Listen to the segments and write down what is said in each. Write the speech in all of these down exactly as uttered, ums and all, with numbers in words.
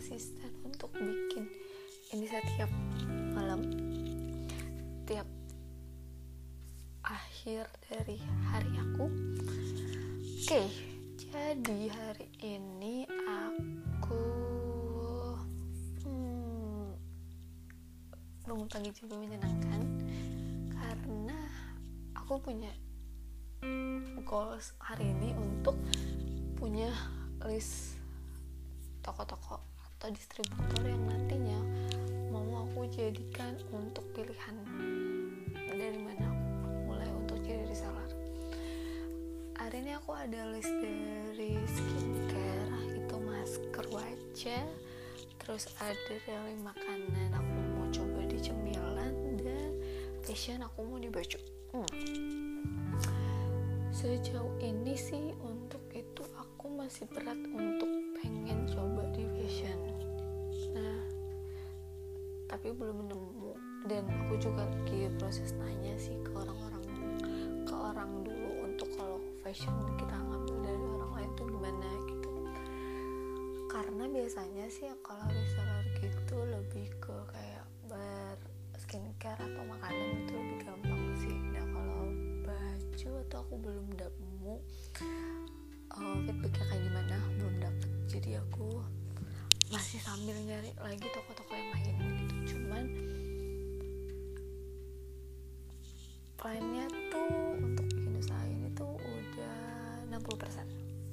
konsisten untuk bikin ini setiap malam, tiap akhir dari hari aku. Oke, jadi hari ini aku hmm, bangun pagi juga menyenangkan karena aku punya goals hari ini untuk punya list toko-toko atau distributor yang nantinya mau aku jadikan untuk pilihan dari mana aku mulai untuk jadi reseller. Hari ini aku ada list dari skincare, itu masker wajah, terus ada dari makanan aku mau coba di cemilan, dan fashion aku mau di baju. hmm. Sejauh ini sih untuk itu aku masih berat untuk pengen coba di fashion. Nah, tapi belum nemu, dan aku juga lagi proses nanya sih ke orang-orang ke orang dulu untuk kalau fashion kita ngambil dari orang lain tuh gimana gitu. Karena biasanya sih kalau reseller gitu lebih ke kayak ber skincare atau makanan itu lebih gampang sih. Nah, kalau baju atau aku belum nemu uh, feedbacknya kayak gimana, belum dapet. Jadi aku masih sambil nyari lagi toko-toko yang lain gitu. Cuman plannya tuh untuk bikin usaha ini tuh udah enam puluh persen.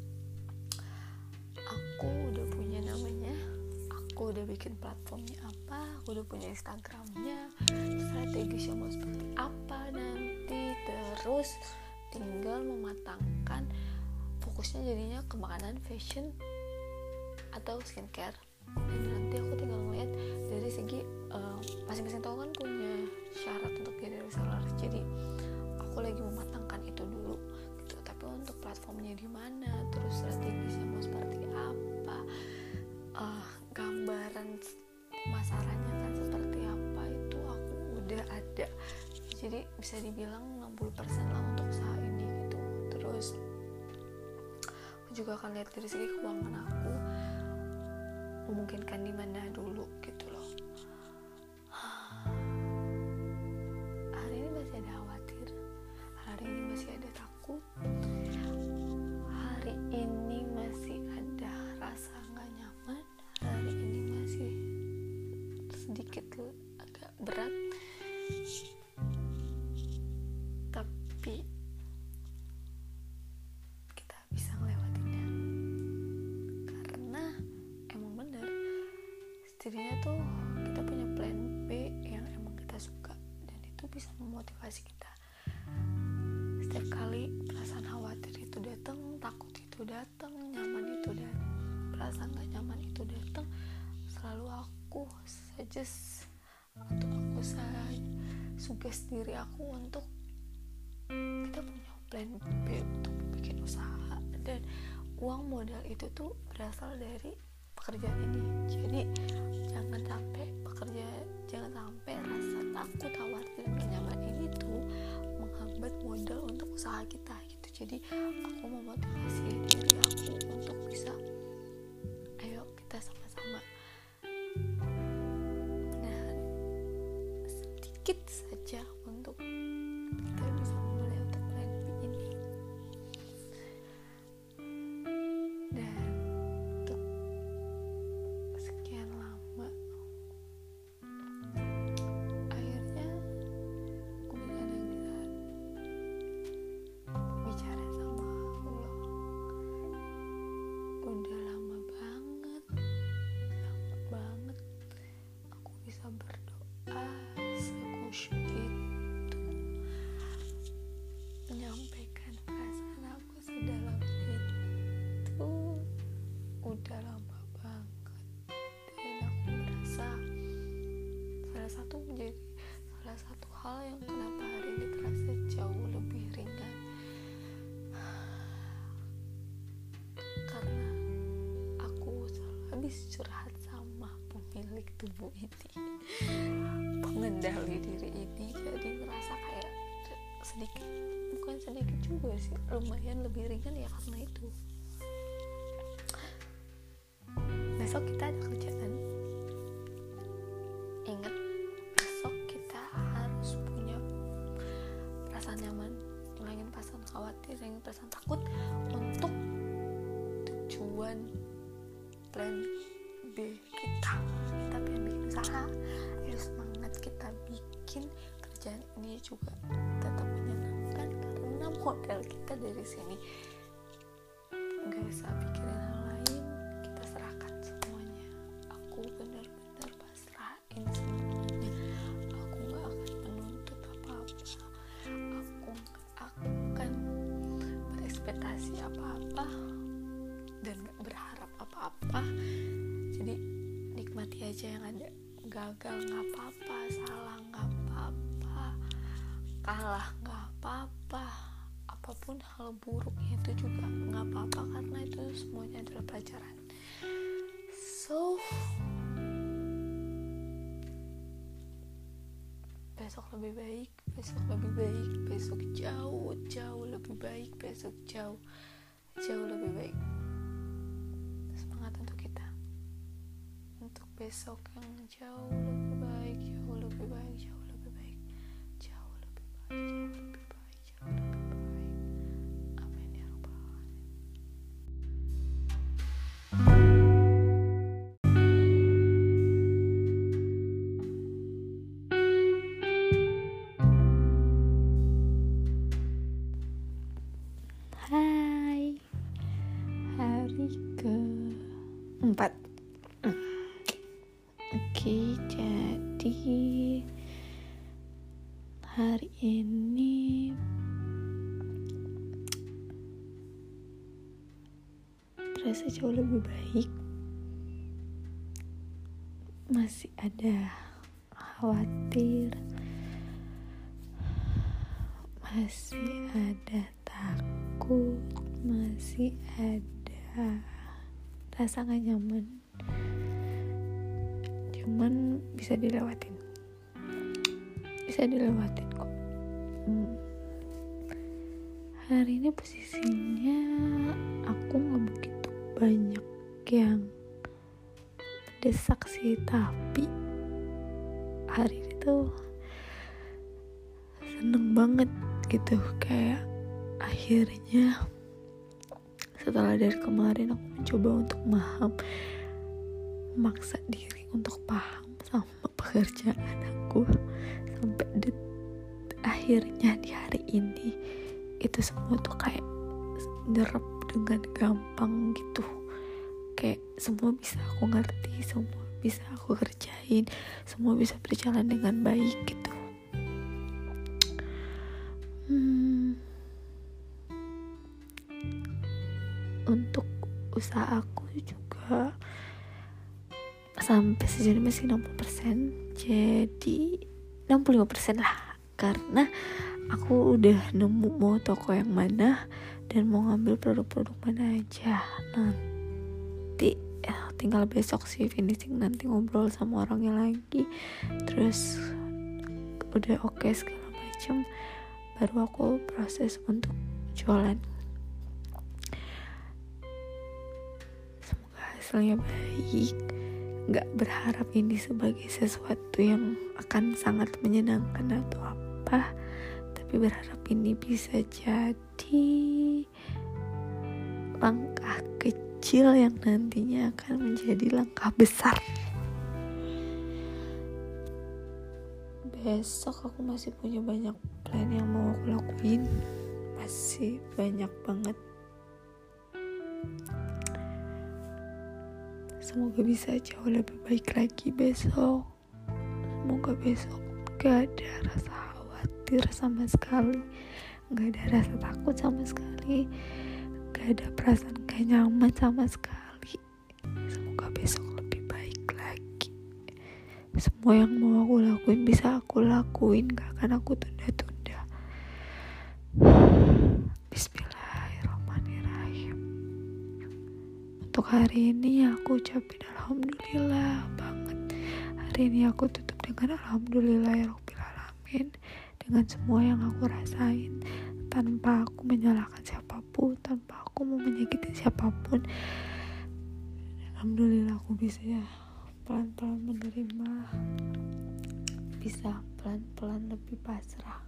Aku udah punya namanya, aku udah bikin platformnya apa, aku udah punya Instagramnya, strategisnya mau seperti apa nanti, terus tinggal mematangkan fokusnya jadinya ke makanan, fashion, atau skincare. Dan nanti aku tinggal ngeliat dari segi uh, masing-masing toko kan punya syarat untuk jadi reseller, jadi aku lagi mematangkan itu dulu gitu. Tapi untuk platformnya di mana, terus strategisnya mau seperti apa, uh, gambaran pemasarannya kan seperti apa, itu aku udah ada. Jadi bisa dibilang enam puluh persen lah untuk usaha ini gitu. Terus aku juga akan lihat dari segi keuangan aku memungkinkan di mana dulu gitu loh. Hari ini masih ada khawatir, hari ini masih ada takut, hari ini masih ada rasa nggak nyaman, hari ini masih sedikit agak berat, tapi kita bisa ngelewatinnya. Karena emang bener, setidaknya tuh kita punya plan B yang emang kita suka, dan itu bisa memotivasi kita. Setiap kali perasaan khawatir itu datang, takut itu datang, nyaman itu datang, perasaan gak nyaman itu datang, selalu aku suggest atau aku say suggest diri aku untuk kita punya plan B untuk bikin usaha, dan uang modal itu tuh berasal dari pekerjaan ini. Jadi jangan sampai bekerja, jangan sampai rasa takut, khawatir, dan gak nyaman ini tuh menghambat modal untuk usaha kita gitu. Jadi aku memotivasi diri aku untuk bisa, ayo kita sama-sama. Dan sedikit saja untuk kita bisa memulai untuk plan B ini. Dan untuk sekian lama akhirnya aku bisa dengar bicara sama Allah. Udah lama banget, lama banget aku bisa berdoa sekusyuk itu, menyampaikan perasaan aku sedalam itu. Udah lama banget, dan aku merasa salah satu menjadi salah satu hal yang kenapa hari ini terasa jauh lebih ringan, karena aku selalu habis curhat sama pemilik tubuh ini, pengendali diri ini. Jadi ngerasa kayak sedikit, bukan sedikit juga sih, lumayan lebih ringan ya karena itu. Besok kita ada kerjaan plan B kita. Kita pengen bikin usaha, ayo semangat kita bikin kerjaan ini juga tetap menyenangkan, karena modal kita dari sini. Gak usah pikirin hal lain, kita serahkan semuanya. Aku benar-benar pasrahin semuanya. Aku gak akan menuntut apa-apa, aku gak akan berekspektasi apa-apa dan gak berharap apa-apa. Jadi nikmati aja yang ada. Gagal gak apa-apa, salah gak apa-apa, kalah gak apa-apa, apapun hal buruknya itu juga gak apa-apa, karena itu semuanya adalah pelajaran. So besok lebih baik, besok lebih baik, besok jauh jauh lebih baik, besok jauh jauh lebih baik. Semangat untuk kita, untuk besok yang jauh lebih baik, jauh lebih baik, jauh lebih baik, jauh lebih baik, jauh lebih baik, jauh lebih baik. Amin ya rabbal alamin. Hai, hari ke empat. Oke, jadi hari ini terasa jauh lebih baik. Masih ada khawatir, masih ada takut, masih ada rasa gak nyaman, cuman bisa dilewatin bisa dilewatin kok. hmm. Hari ini posisinya aku gak begitu banyak yang mendesak sih, tapi hari ini tuh seneng banget gitu, kayak akhirnya setelah dari kemarin aku mencoba untuk paham, memaksa diri untuk paham sama pekerjaan aku, sampai det- akhirnya di hari ini itu semua tuh kayak nyerap dengan gampang gitu, kayak semua bisa aku ngerti, semua bisa aku kerjain, semua bisa berjalan dengan baik gitu. hmm. Untuk usaha aku juga sampai sejauh ini masih enam puluh persen, jadi enam puluh lima persen lah, karena aku udah nemu mau toko yang mana dan mau ngambil produk-produk mana aja. Nanti ya, tinggal besok sih finishing, nanti ngobrol sama orangnya lagi, terus udah oke okay, segala macam, baru aku proses untuk jualan. Semoga hasilnya baik. Gak berharap ini sebagai sesuatu yang akan sangat menyenangkan atau apa, tapi berharap ini bisa jadi langkah kecil yang nantinya akan menjadi langkah besar. Besok aku masih punya banyak plan yang mau aku lakuin, masih banyak banget. Semoga bisa jauh lebih baik lagi besok. Semoga besok gak ada rasa khawatir sama sekali, gak ada rasa takut sama sekali, gak ada perasaan gak nyaman sama sekali. Semoga besok lebih baik lagi. Semua yang mau aku lakuin bisa aku lakuin, gak akan aku tunda-tunda. Bismillahirrahmanirrahim. Untuk hari ini aku ucapin alhamdulillah banget. Hari ini aku tutup dengan alhamdulillahirrahmanirrahim, dengan semua yang aku rasain, tanpa aku menyalahkan siapapun, tanpa aku mau menyakiti siapapun. Alhamdulillah aku bisa ya pelan-pelan menerima, bisa pelan-pelan lebih pasrah.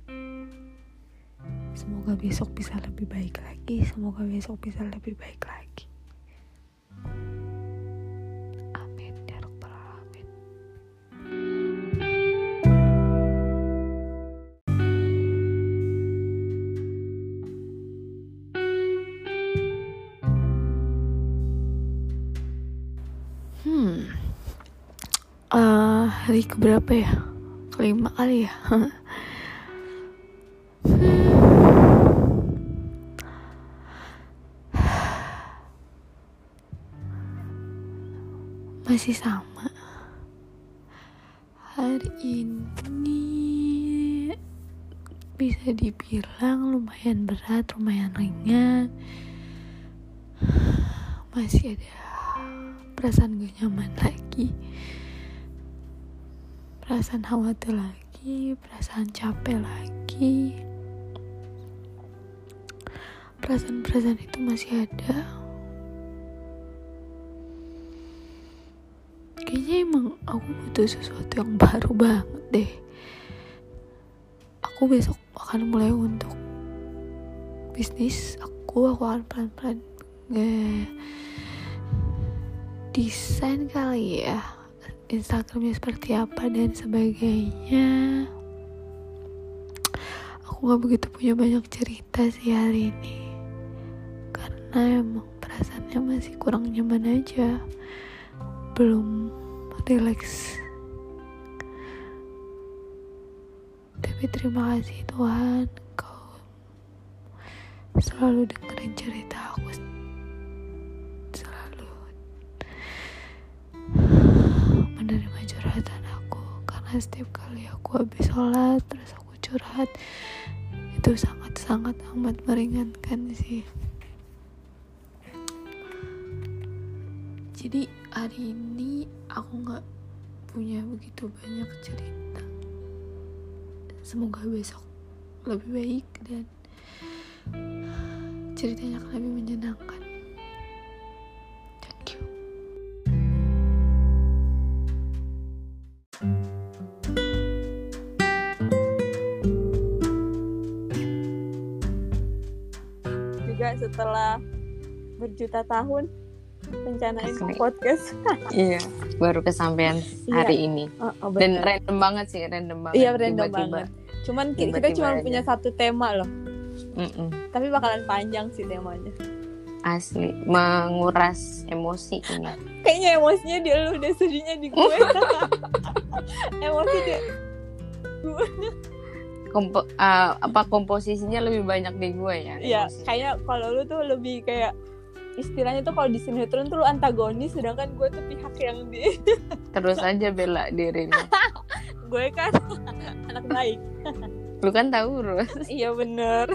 Semoga besok bisa lebih baik lagi, semoga besok bisa lebih baik lagi. uh, hari keberapa ya? Kelima kali ya. Masih sama. Hari ini bisa dibilang lumayan berat, lumayan ringan. Masih ada perasaan gak nyaman lagi, perasaan khawatir lagi, perasaan capek lagi. Perasaan-perasaan itu masih ada. Kayaknya emang aku butuh sesuatu yang baru banget deh. Aku besok akan mulai untuk bisnis aku. Aku akan pelan-pelan nge- desain kali ya, Instagramnya seperti apa dan sebagainya. Aku gak begitu punya banyak cerita sih hari ini, karena emang perasaannya masih kurang nyaman aja, belum relax. Tapi terima kasih Tuhan, Kau selalu dengerin cerita aku, selalu menerima curhatan aku. Karena setiap kali aku habis sholat terus aku curhat, itu sangat-sangat amat meringankan sih. Jadi hari ini aku gak punya begitu banyak cerita. Semoga besok lebih baik dan ceritanya akan lebih menyenangkan. Thank you. Juga setelah berjuta tahun rencanain Asli. podcast. Iya, baru kesampaian hari Iya. ini. Oh, oh, Dan bener. random banget sih, random banget. Iya random Tiba-tiba. banget. Cuman ki- kita tiba-tiba cuma aja. punya satu tema loh. Mm-mm. Tapi bakalan panjang sih temanya. Asli, menguras emosi ini. Kayaknya emosinya dia lu udah sedihnya di gue. Emosi dia. Kompo- uh, apa komposisinya lebih banyak di gue ya? Iya, emosi. kayak kalau lu tuh lebih kayak istilahnya tuh kalau di sinetron tuh lu antagonis, sedangkan gue tuh pihak yang di Terus aja bela dirinya. gue kan anak baik. Lu kan tahu Rus. Iya bener.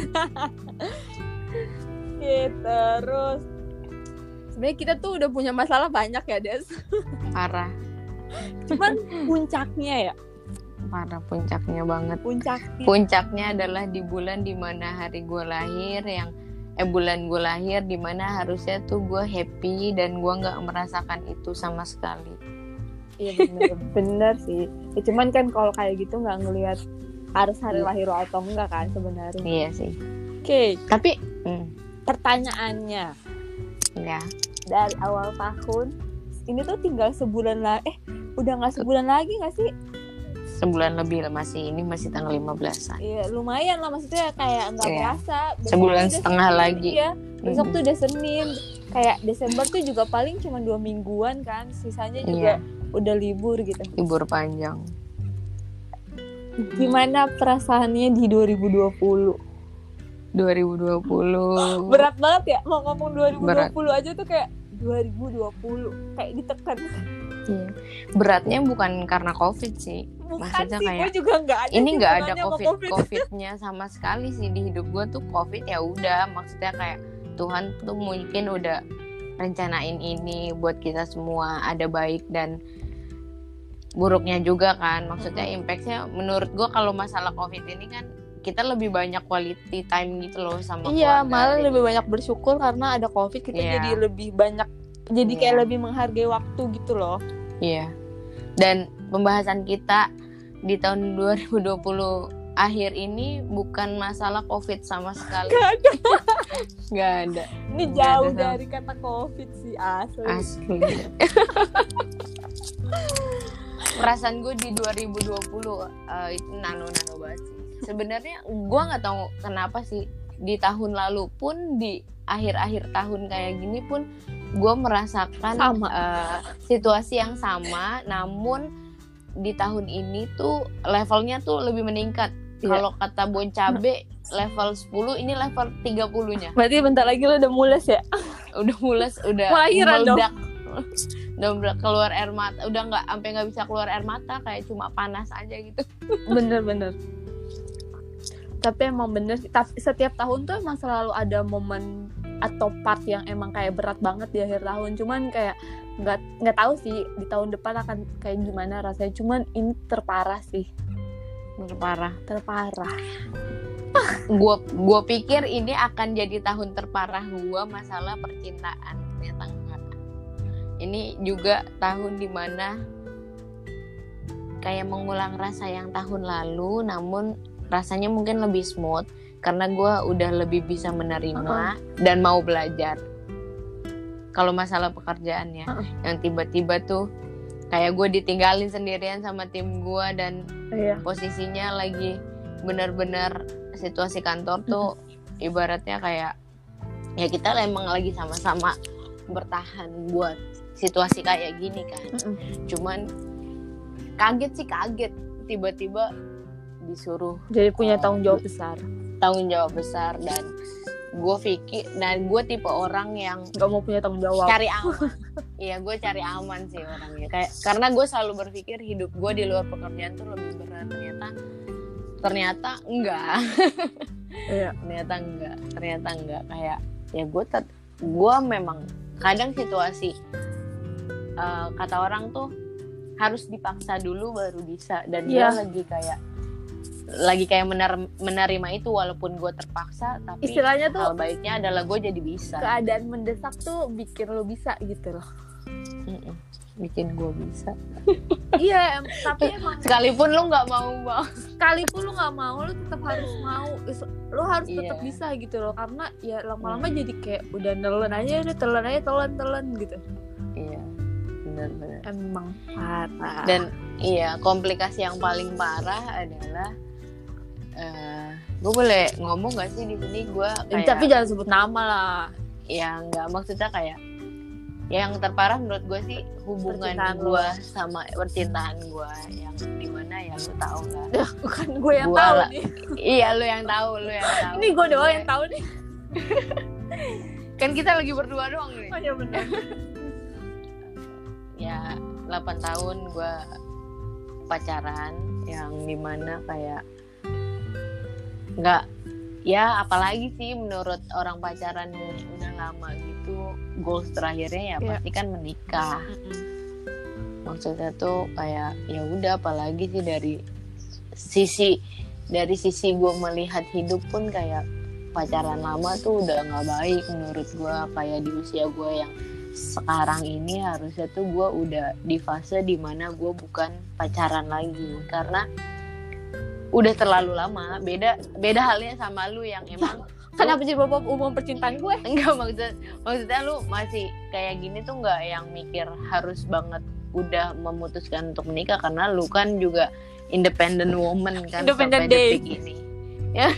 Gitu. Terus sebenarnya kita tuh udah punya masalah banyak ya Des. Parah, Cuman puncaknya ya, parah puncaknya banget. puncaknya Puncaknya adalah di bulan dimana hari gue lahir, yang eh bulan gue lahir dimana harusnya tuh gue happy dan gue nggak merasakan itu sama sekali. Iya bener bener sih. Ya, cuman kan kalau kayak gitu nggak ngelihat harus hari lahir lo atau enggak kan sebenarnya. Iya sih. Oke, Tapi, hmm, pertanyaannya ya. dari awal tahun ini tuh tinggal sebulan lah. Eh, udah nggak sebulan lagi nggak sih? Sebulan lebih lah, masih ini masih tanggal lima belasan. Iya lumayan lah, maksudnya kayak nggak Iya. berasa. Besok Sebulan tuh udah setengah Senin, lagi. Iya, besok Hmm. tuh udah Senin. Kayak Desember tuh juga paling cuma dua mingguan kan, sisanya juga Iya, udah libur gitu. libur panjang. Gimana perasaannya di dua ribu dua puluh? dua ribu dua puluh. Berat banget ya mau ngomong dua ribu dua puluh Berat. aja tuh kayak dua ribu dua puluh kayak ditekan. Iya. Beratnya bukan karena COVID sih. Bukan Maksudnya sih, kayak gue juga nggak ada. ini nggak ada hubungannya sama covid covidnya sama sekali sih di hidup gue tuh. COVID ya udah, maksudnya kayak Tuhan tuh mungkin udah rencanain ini buat kita semua, ada baik dan buruknya juga kan. Maksudnya impactnya menurut gue kalau masalah COVID ini kan kita lebih banyak quality time gitu loh sama Iya, keluarga. malah lebih banyak bersyukur karena ada COVID, kita Iya. jadi lebih banyak, jadi kayak Iya. lebih menghargai waktu gitu loh. Iya. Dan pembahasan kita di tahun dua ribu dua puluh akhir ini bukan masalah COVID sama sekali. Gak ada. Gak ada. Ini Nggak jauh ada sama- dari kata COVID sih asli. Asli. Perasaan gue di dua ribu dua puluh uh, itu nano-nano banget sih. Sebenarnya gue nggak tahu kenapa sih di tahun lalu pun, di akhir-akhir tahun kayak gini pun gue merasakan Sama. uh, situasi yang sama, namun di tahun ini tuh levelnya tuh lebih meningkat. Iya. Kalau kata Bon Cabe level sepuluh, ini level tiga puluh-nya. Berarti bentar lagi lo udah mules ya? Udah mules, udah Lahiran dong. meledak. Udah udah keluar air mata, udah nggak sampai nggak bisa keluar air mata, kayak cuma panas aja gitu. Bener-bener. Tapi emang bener sih, tapi setiap tahun tuh emang selalu ada momen atau part yang emang kayak berat banget di akhir tahun. Cuman kayak nggak nggak tahu sih di tahun depan akan kayak gimana rasanya. Cuman ini terparah sih, Terparah. terparah. Gue gue pikir ini akan jadi tahun terparah gue masalah percintaan, ternyata enggak. Ini juga tahun dimana kayak mengulang rasa yang tahun lalu, namun rasanya mungkin lebih smooth karena gue udah lebih bisa menerima uh-uh. dan mau belajar. Kalau masalah pekerjaannya, uh-uh. yang tiba-tiba tuh kayak gue ditinggalin sendirian sama tim gue dan Iya. posisinya lagi benar-benar situasi kantor tuh uh-uh. ibaratnya kayak ya kita emang lagi sama-sama bertahan buat situasi kayak gini kan. Uh-uh. Cuman kaget sih kaget tiba-tiba disuruh Jadi punya uh, tanggung jawab besar. tanggung jawab besar dan gue pikir, dan gue tipe orang yang Gak mau punya tanggung jawab. cari aman. Iya, gue cari aman sih orangnya. Kayak karena gue selalu berpikir hidup gue di luar pekerjaan tuh lebih berat. Ternyata ternyata enggak. Iya. ternyata enggak. Ternyata enggak. Kayak ya gue tet- gue memang kadang situasi uh, kata orang tuh harus dipaksa dulu baru bisa, dan Iya. gue lagi kayak lagi kayak mener- menerima itu walaupun gue terpaksa, tapi Istilahnya tuh hal baiknya adalah gue jadi bisa. keadaan mendesak tuh bikin lo bisa gitu loh. Mm-mm. Bikin gue bisa. Iya, em- tapi emang Sekalipun lu nggak mau bang. sekalipun lu nggak mau, lu tetap harus mau. Is- Lu harus tetap Iya. bisa gitu loh, karena ya lama-lama jadi kayak udah nelen aja, udah telan aja, telan telan gitu. Iya, benar-benar. Emang parah. Dan iya, komplikasi yang paling parah adalah uh, gue boleh ngomong gak sih di sini gue kayak tapi jangan sebut nama lah. ya nggak, maksudnya kayak yang terparah menurut gue sih hubungan Percintaan gue lo. sama percintaan gue yang dimana ya lu tahu nggak? Bukan gue yang Gua tahu lah. nih. Iya, lu yang tahu, lu yang tahu. Ini gue doang yang tahu nih. Kan kita lagi berdua doang nih. Oh ya benar. Ya delapan tahun gue pacaran yang dimana kayak nggak, ya apalagi sih menurut orang pacaran udah lama gitu, goals terakhirnya ya Iya. pasti kan menikah. Maksudnya tuh kayak ya udah, apalagi sih dari sisi dari sisi gue melihat hidup pun kayak pacaran lama tuh udah nggak baik menurut gue. Kayak di usia gue yang sekarang ini harusnya tuh gue udah di fase dimana gue bukan pacaran lagi, karena udah terlalu lama. Beda beda halnya sama lu yang emang Kenapa sih bapak umum percintaan gue? enggak, maksud maksudnya lu masih kayak gini tuh nggak yang mikir harus banget udah memutuskan untuk menikah, karena lu kan juga independent woman kan Independent sampai day. detik ini. Ya.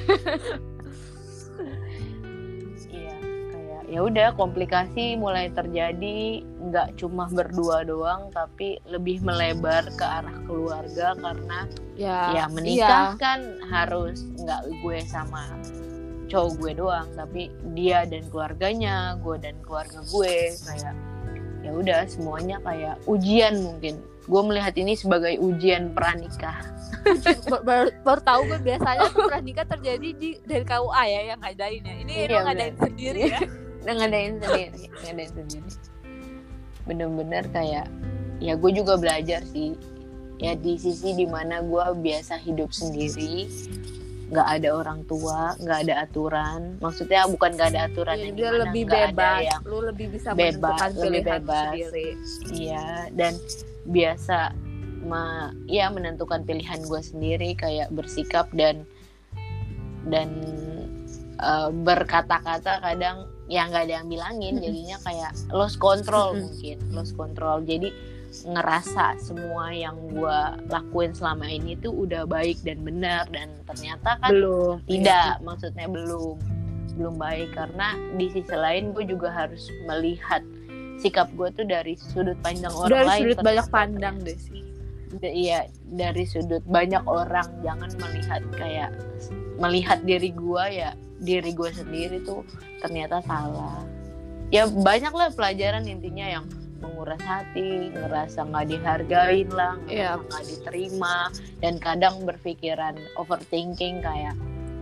Iya, kayak ya udah, komplikasi mulai terjadi, nggak cuma berdua doang tapi lebih melebar ke arah keluarga, karena Ya, ya menikah kan harus nggak gue sama cowok gue doang, tapi dia dan keluarganya, gue dan keluarga gue. Kayak ya udah, semuanya kayak ujian. Mungkin gue melihat ini sebagai ujian pranikah. Bar- baru, baru tahu gue biasanya tuh pranikah terjadi di dari K U A ya yang ngadain ya. Ini Iya, lo ngadain bener. sendiri ya. Udah ngadain sendiri, ngadain sendiri. Bener-bener kayak ya gue juga belajar sih. Ya di sisi dimana gue biasa hidup sendiri, nggak ada orang tua, nggak ada aturan. Maksudnya bukan nggak ada aturan Jadi yang dia dimana lebih nggak ada bebas, yang lu lebih bisa bebas, menentukan lebih pilihan bebas. sendiri. iya, dan biasa ma, ya menentukan pilihan gue sendiri, kayak bersikap dan dan uh, berkata-kata kadang yang nggak ada yang bilangin, jadinya kayak lost control. Mungkin lost control, jadi ngerasa semua yang gue lakuin selama ini tuh udah baik dan benar, dan ternyata kan Belum. tidak, maksudnya belum belum baik, karena di sisi lain gue juga harus melihat sikap gue tuh dari sudut pandang orang Dari lain. sudut banyak ternyata. pandang deh sih. iya dari sudut banyak orang, jangan melihat kayak melihat diri gue ya diri gue sendiri tuh ternyata salah. Ya banyak lah pelajaran intinya yang menguras hati, ngerasa nggak dihargain lah, ngerasa nggak yeah. diterima, dan kadang berpikiran overthinking kayak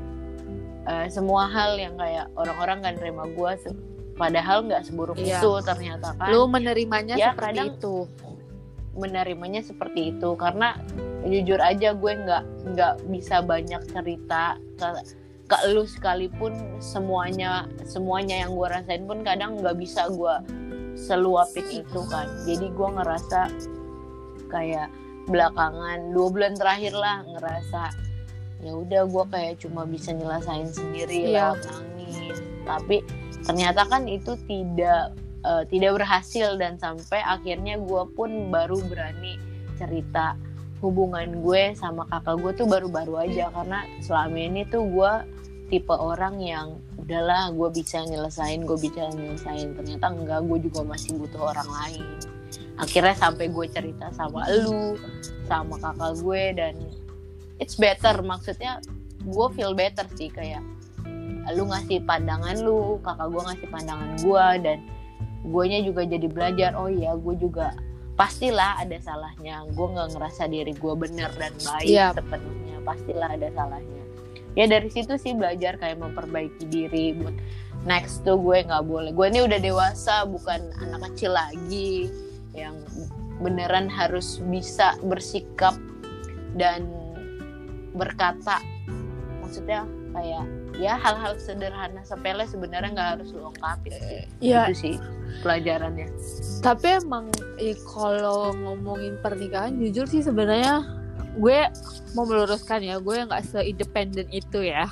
uh, semua hal yang kayak orang-orang kan terima gue, se- padahal nggak seburuk yeah. itu ternyata kan. Lu menerimanya ya, seperti itu. Menerimanya seperti itu karena jujur aja gue nggak nggak bisa banyak cerita ke ke lu sekalipun, semuanya semuanya yang gue rasain pun kadang nggak bisa gue seluapin itu kan. Jadi gue ngerasa kayak belakangan dua bulan terakhir lah ngerasa ya udah gue kayak cuma bisa nyelesain sendiri yeah. lewat nangis. Tapi ternyata kan itu tidak uh, tidak berhasil, dan sampai akhirnya gue pun baru berani cerita hubungan gue sama kakak gue tuh baru-baru aja, karena selama ini tuh gue tipe orang yang udahlah gue bisa nyelesain, gue bisa nyelesain. Ternyata enggak, gue juga masih butuh orang lain. Akhirnya sampai gue cerita sama elu, sama kakak gue, dan it's better, maksudnya gue feel better sih, kayak lu ngasih pandangan lu, kakak gue ngasih pandangan gue, dan guenya juga jadi belajar. Oh iya, gue juga pastilah ada salahnya, gue nggak ngerasa diri gue benar dan baik yep. sepenuhnya, pastilah ada salahnya. Ya dari situ sih belajar kayak memperbaiki diri. Buat next tuh gue nggak boleh, gue ini udah dewasa, bukan anak kecil lagi yang beneran harus bisa bersikap dan berkata. Maksudnya kayak ya hal-hal sederhana sepele sebenarnya nggak harus lu ungkapin sih. Ya. Itu sih pelajarannya. Tapi emang eh, kalau ngomongin pernikahan jujur sih sebenarnya gue mau meluruskan ya, gue nggak se-independen itu ya.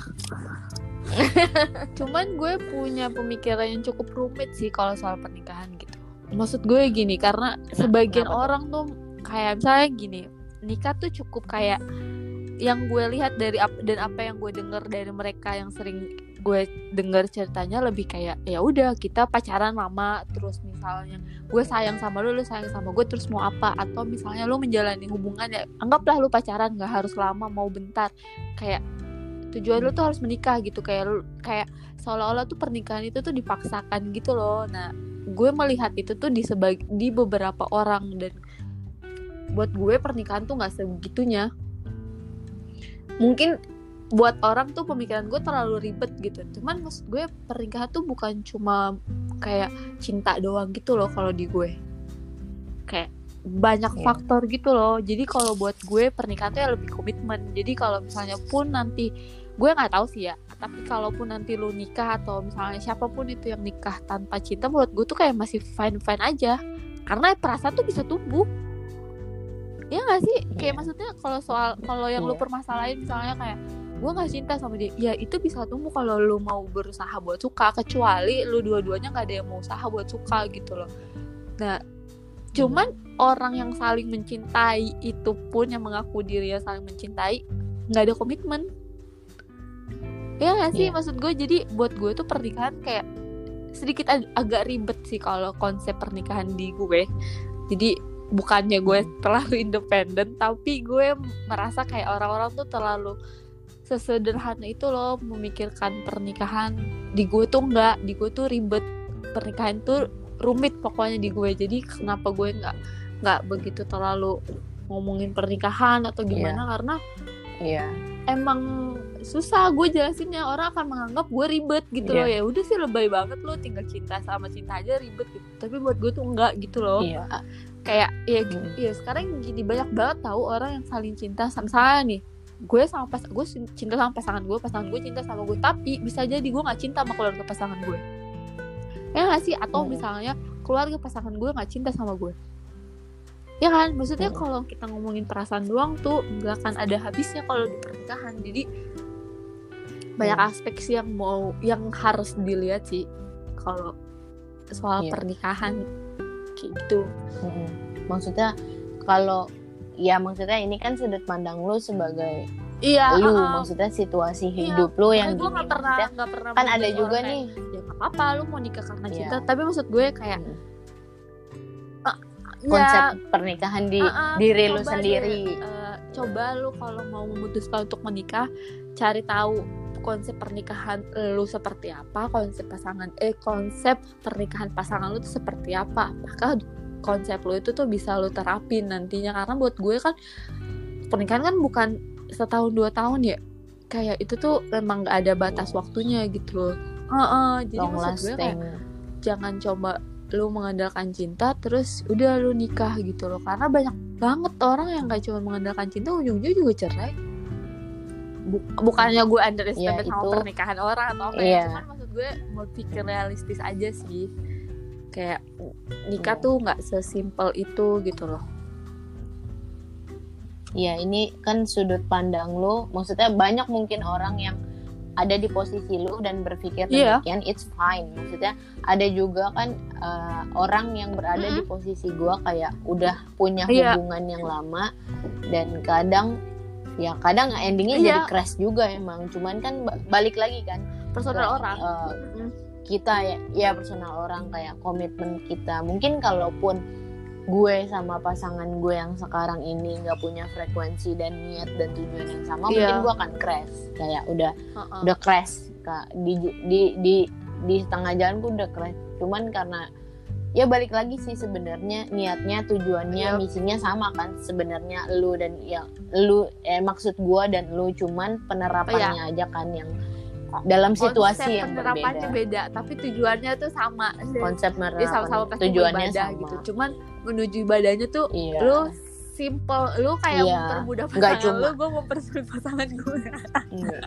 Cuman gue punya pemikiran yang cukup rumit sih kalau soal pernikahan gitu. Maksud gue gini, karena sebagian Kenapa? orang tuh kayak misalnya gini, nikah tuh cukup kayak yang gue lihat dari ap- dan apa yang gue dengar dari mereka yang sering gue dengar ceritanya lebih kayak ya udah kita pacaran lama, terus misalnya gue sayang sama lu, lu sayang sama gue, terus mau apa? Atau misalnya lu menjalani hubungan ya anggaplah lu pacaran nggak harus lama, mau bentar, kayak tujuan lu tuh harus menikah gitu, kayak lu, kayak seolah-olah tuh pernikahan itu tuh dipaksakan gitu loh. Nah gue melihat itu tuh di sebag- di beberapa orang, dan buat gue pernikahan tuh nggak sebegitunya. Mungkin buat orang tuh pemikiran gue terlalu ribet gitu. Cuman maksud gue pernikahan tuh bukan cuma kayak cinta doang gitu loh kalau di gue. Kayak banyak yeah. faktor gitu loh. Jadi kalau buat gue pernikahan tuh ya lebih komitmen. Jadi kalau misalnya pun nanti, gue gak tahu sih ya, tapi kalaupun nanti lu nikah atau misalnya siapapun itu yang nikah tanpa cinta, menurut gue tuh kayak masih fine-fine aja. Karena perasaan tuh bisa tumbuh. Ya gak sih? Kayak yeah. maksudnya kalau soal kalau yang yeah. lu permasalahin misalnya kayak gue gak cinta sama dia, ya itu bisa tumbuh kalau lu mau berusaha buat suka, kecuali lu dua-duanya gak ada yang mau usaha buat suka gitu loh. Nah cuman hmm. orang yang saling mencintai itu pun, yang mengaku dirinya saling mencintai, gak ada komitmen. Ya gak sih? Yeah. Maksud gue jadi buat gue tuh pernikahan kayak sedikit ag- agak ribet sih kalau konsep pernikahan di gue. Jadi bukannya gue terlalu independen, tapi gue merasa kayak orang-orang tuh terlalu sesederhana itu loh memikirkan pernikahan. Di gue tuh enggak, di gue tuh ribet, pernikahan tuh rumit pokoknya di gue. Jadi kenapa gue enggak enggak begitu terlalu ngomongin pernikahan atau gimana, yeah. karena yeah. emang susah gue jelasinnya, orang akan menganggap gue ribet gitu yeah. loh. Ya udah sih lebay banget lo, tinggal cinta sama cinta aja ribet gitu. Tapi buat gue tuh enggak gitu loh. Yeah. Kayak ya, mm. ya sekarang gini banyak banget tahu orang yang saling cinta sama saya nih. Gue sama pas gue cinta sama pasangan gue, pasangan gue cinta sama gue, tapi bisa jadi gue nggak cinta sama keluarga pasangan gue. Ya nggak sih? Atau hmm. misalnya keluarga pasangan gue nggak cinta sama gue. Ya kan? Maksudnya hmm. kalau kita ngomongin perasaan doang tuh nggak akan ada habisnya kalau di pernikahan. Jadi banyak hmm. aspek sih yang mau yang harus dilihat sih kalau soal yeah. pernikahan kayak gitu. Hmm. Maksudnya kalau ya maksudnya ini kan sudut pandang lu sebagai iya, lu, uh, maksudnya situasi iya, hidup lu yang gini. Gue gak pernah, gak pernah kan ada juga nih kayak, ya gak apa-apa lu mau nikah karena cinta, yeah. tapi maksud gue kayak hmm. uh, konsep Ya, pernikahan di uh-uh, diri lu coba sendiri. deh, uh, coba lu kalau mau memutuskan untuk menikah, cari tahu konsep pernikahan lu seperti apa, konsep pasangan eh konsep pernikahan pasangan lu tuh seperti apa. Apakah konsep lu itu tuh bisa lu terapin nantinya, karena buat gue kan pernikahan kan bukan setahun dua tahun ya, kayak itu tuh memang gak ada batas waktunya gitu loh. Uh-uh, jadi Long maksud gue kayak lasting. jangan coba lu mengandalkan cinta terus udah lu nikah gitu loh, karena banyak banget orang yang gak cuma mengandalkan cinta ujung-ujungnya juga cerai. Buk- bukannya gue underestimate Ya, sama itu- pernikahan orang atau apa Iya. ya, cuman maksud gue berpikir realistis aja sih, kayak nikah Iya. tuh nggak sesimpel itu gitu loh. Ya ini kan sudut pandang lu, maksudnya banyak mungkin orang yang ada di posisi lu dan berpikir Iya. demikian, it's fine. Maksudnya ada juga kan uh, orang yang berada di posisi gua kayak udah punya Iya. hubungan yang lama dan kadang ya kadang endingnya Iya. jadi crash juga emang. Cuman kan ba- balik lagi kan Personal ke, orang. uh, Mm. kita ya, ya personal orang kayak komitmen kita. Mungkin kalaupun gue sama pasangan gue yang sekarang ini nggak punya frekuensi dan niat dan tujuan yang sama, Iya. mungkin gue akan crash, kayak udah Uh-uh. udah crash kak di di di di setengah jalan gue udah crash. Cuman karena ya balik lagi sih sebenarnya niatnya, tujuannya, Iya. misinya sama kan sebenarnya lu dan ya lu eh maksud gue dan lu, cuman penerapannya aja kan yang dalam situasi Konsep yang penerapannya berbeda. beda, tapi tujuannya tuh sama. Konsep Dia penerapan sama-sama pasti tujuannya beribadah sama. gitu. Cuman menuju ibadahnya tuh Iya. lu simple, lu kayak Iya. mempermudah Nggak pasangan cuma- lu, gue mempersulit pasangan gue. Enggak.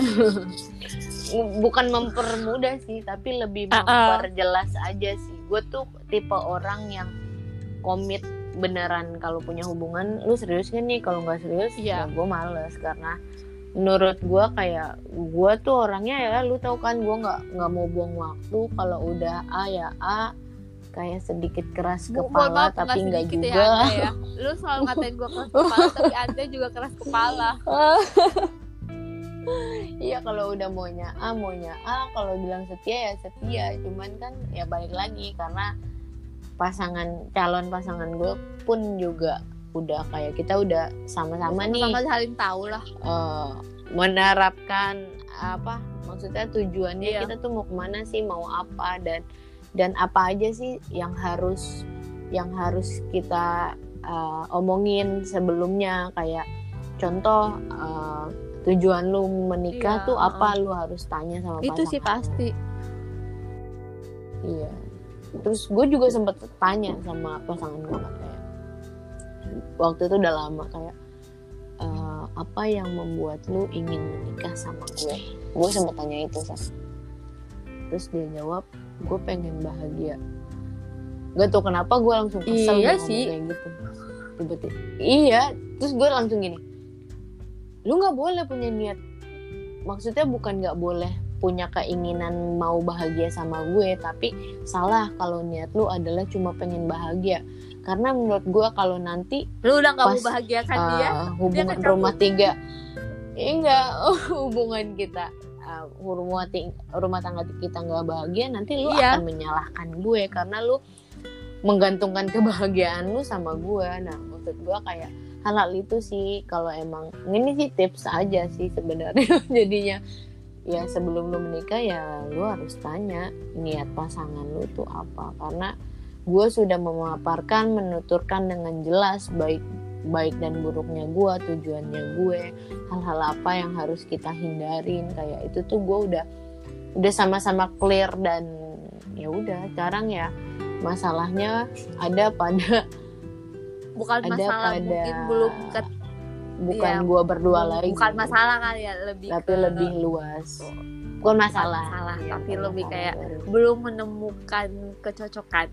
Bukan mempermudah sih, tapi lebih Uh-uh. memperjelas aja sih. Gue tuh tipe orang yang komit beneran. Kalau punya hubungan, lu serius gak nih? Kalau nggak serius, Iya. ya gue males. Karena menurut gue kayak gue tuh orangnya ya, lu tau kan, gue nggak nggak mau buang waktu. Kalau udah A ya A, kayak sedikit keras Bu- mohon kepala maaf, tapi nggak sedikit juga. ya, Anda ya. Lu selalu ngatain gue keras kepala, tapi Anda juga keras kepala. Iya, kalau udah maunya A, maunya A. Kalau bilang setia ya setia. Cuman kan ya balik lagi, karena pasangan, calon pasangan gue pun juga udah kayak kita udah sama-sama nih Sama saling tahu lah. eh, menerapkan apa, maksudnya tujuannya Iya. kita tuh mau kemana sih, mau apa, dan dan apa aja sih yang harus yang harus kita uh, omongin sebelumnya. Kayak contoh, uh, tujuan lu menikah Iya, tuh apa, uh-uh. lu harus tanya sama pasangan. Itu sih pasti. Iya. Terus gue juga sempet tanya sama pasangan gue kayak, waktu itu udah lama, kayak uh, apa yang membuat lu ingin menikah sama gue? Gue sempet tanya itu, Sas. Terus dia jawab, gue pengen bahagia. Gak tau kenapa gue langsung kesel Iya dia ngomong sih. kayak gitu. Tiba-tiba iya. Terus gue langsung gini, lu gak boleh punya niat, maksudnya bukan gak boleh punya keinginan mau bahagia sama gue, tapi salah kalau niat lu adalah cuma pengen bahagia. Karena menurut gue kalau nanti Lu udah gak Pas, mau bahagiakan uh, dia. hubungan akan rumah tiga enggak hubungan kita, uh, rumah ting- rumah tangga kita nggak bahagia, nanti lu Iya. akan menyalahkan gue karena lu menggantungkan kebahagiaan lu sama gue. Nah, maksud gue kayak hal-hal itu sih, kalau emang ini sih tips aja sih sebenarnya. Jadinya ya sebelum lu menikah ya lu harus tanya niat pasangan lu tuh apa, karena gue sudah memaparkan, menuturkan dengan jelas baik baik dan buruknya gue, tujuannya gue, hal-hal apa yang harus kita hindarin. Kayak itu tuh gue udah udah sama-sama clear, dan ya udah sekarang ya masalahnya ada pada Bukan ada masalah, pada mungkin belum ke bukan Iya, gue berdua lagi, bukan masalah kali ya, lebih tapi ke- lebih luas, bukan masalah, masalah, Iya, tapi bukan lebih masalah kayak baru. belum menemukan kecocokan.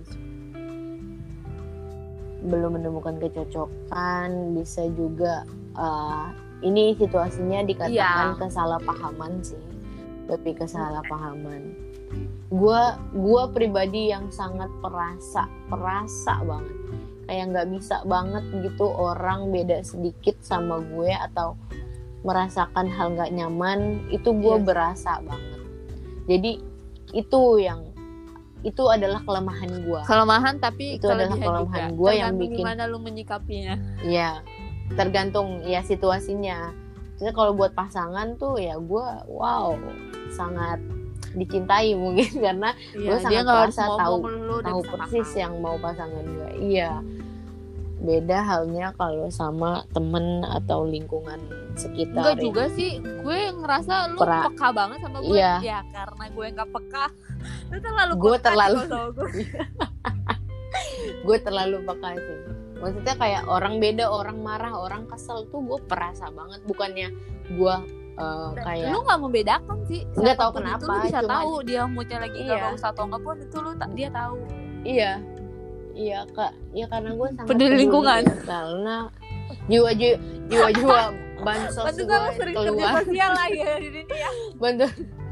belum menemukan kecocokan. Bisa juga uh, ini situasinya dikatakan Iya. kesalahpahaman sih, lebih kesalahpahaman. Gua gua pribadi yang sangat perasa perasa banget, kayak nggak bisa banget gitu orang beda sedikit sama gue atau merasakan hal nggak nyaman, itu gue Iya. berasa banget. Jadi itu yang itu adalah kelemahan gue. Kelemahan tapi Itu adalah kelemahan gue yang bikin. Gimana lu menyikapinya? Ya, tergantung ya situasinya. Jadi kalau buat pasangan tuh ya gue wow sangat dicintai mungkin karena Iya, gue sangat merasa tahu lu tahu persis yang mau pasangan gue. Iya. Beda halnya kalau sama temen atau lingkungan sekitar. Enggak juga sih, gue ngerasa lu pra- peka banget sama gue. Iya. Ya karena gue nggak peka. Lu terlalu Gue peka terlalu- gitu sama gue. Gue terlalu peka sih. Maksudnya kayak orang beda, orang marah, orang kesel tuh gue perasa banget. Bukannya gue uh, kayak Lu nggak membedakan sih. Nggak tahu Siapapun kenapa, itu lu bisa cuman- tahu dia moodnya lagi nggak Iya. bagus atau nggak pun itu lu ta- dia tahu. iya. Iya kak, ya karena gue sangat Peduli lingkungan. ya, karena jiwa-jiwa jiwa-jiwa bansos Pasti gue gue sering kerja keluar sosial lah ya di sini ya. bantu.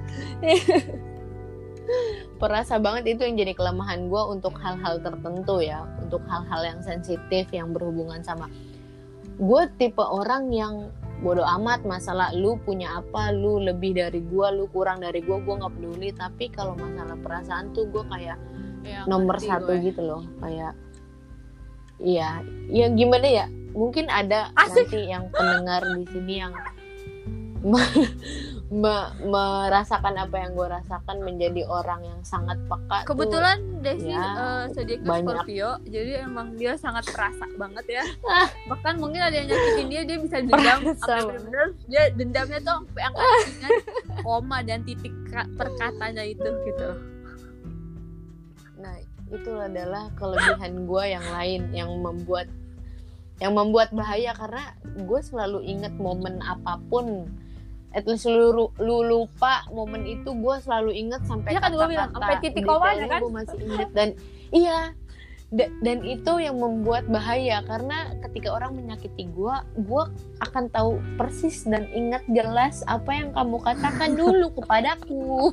Perasa banget itu yang jadi kelemahan gue untuk hal-hal tertentu ya, untuk hal-hal yang sensitif yang berhubungan sama. Gue tipe orang yang bodo amat masalah lu punya apa, lu lebih dari gue, lu kurang dari gue, gue nggak peduli. Tapi kalau masalah perasaan tuh gue kayak Ya, nomor ngerti satu gue. gitu loh, kayak iya, ya gimana ya? Mungkin ada Asik. nanti yang pendengar di sini yang me- me- merasakan apa yang gue rasakan, menjadi orang yang sangat peka. tuh. Kebetulan Desi ya, eh, zodiaknya banyak. Scorpio, jadi emang dia sangat perasa banget ya. Ah. Bahkan mungkin ada yang nyakitin dia, dia bisa dendam Perasa sampai banget. bener-bener dia dendamnya tuh sampai angkat dengan koma dan titik ka- perkatanya itu gitu. Nah, itu adalah kelebihan gue yang lain yang membuat yang membuat bahaya karena gue selalu inget momen apapun. At least lu, lu lupa momen itu, gue selalu inget sampai Iya kan, gua bilang, sampai titik komanya kan? Gue masih inget dan iya da- dan itu yang membuat bahaya karena ketika orang menyakiti gue, gue akan tahu persis dan ingat jelas apa yang kamu katakan dulu kepadaku.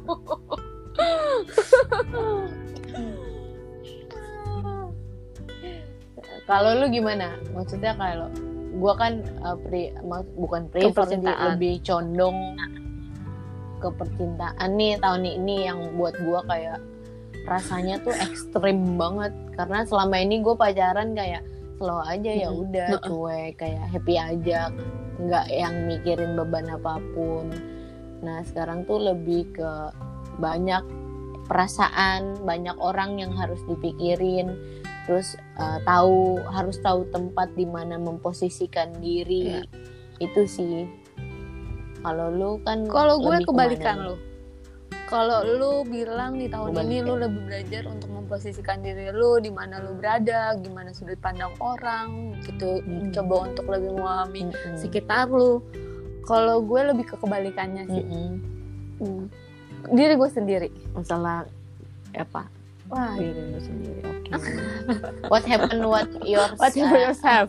Kalau lu gimana? Maksudnya kalau gue kan uh, pri, mak- bukan prefer sih, Kepercintaan. lebih condong ke percintaan nih tahun ini yang buat gue kayak rasanya tuh ekstrim banget karena selama ini gue pacaran kayak slow aja ya Mm-mm. udah cuek kayak happy aja, nggak yang mikirin beban apapun. Nah sekarang tuh lebih ke banyak perasaan, banyak orang yang harus dipikirin, terus uh, tahu harus tahu tempat di mana memposisikan diri. Iya. Itu sih. Kalau lu kan Kalau gue lebih kebalikan kemana? lu. Kalau lu bilang di tahun Kebalikan. ini lu lebih belajar untuk memposisikan diri lu di mana lu berada, gimana sudut pandang orang gitu, Mm-mm. coba untuk lebih memahami Mm-mm. sekitar lu. Kalau gue lebih ke kebalikannya sih. Mm-mm. Hmm. Diri gue sendiri. Masalah apa? Wah, Diri lu sendiri. Oke. What happened? What yours? what you yourself?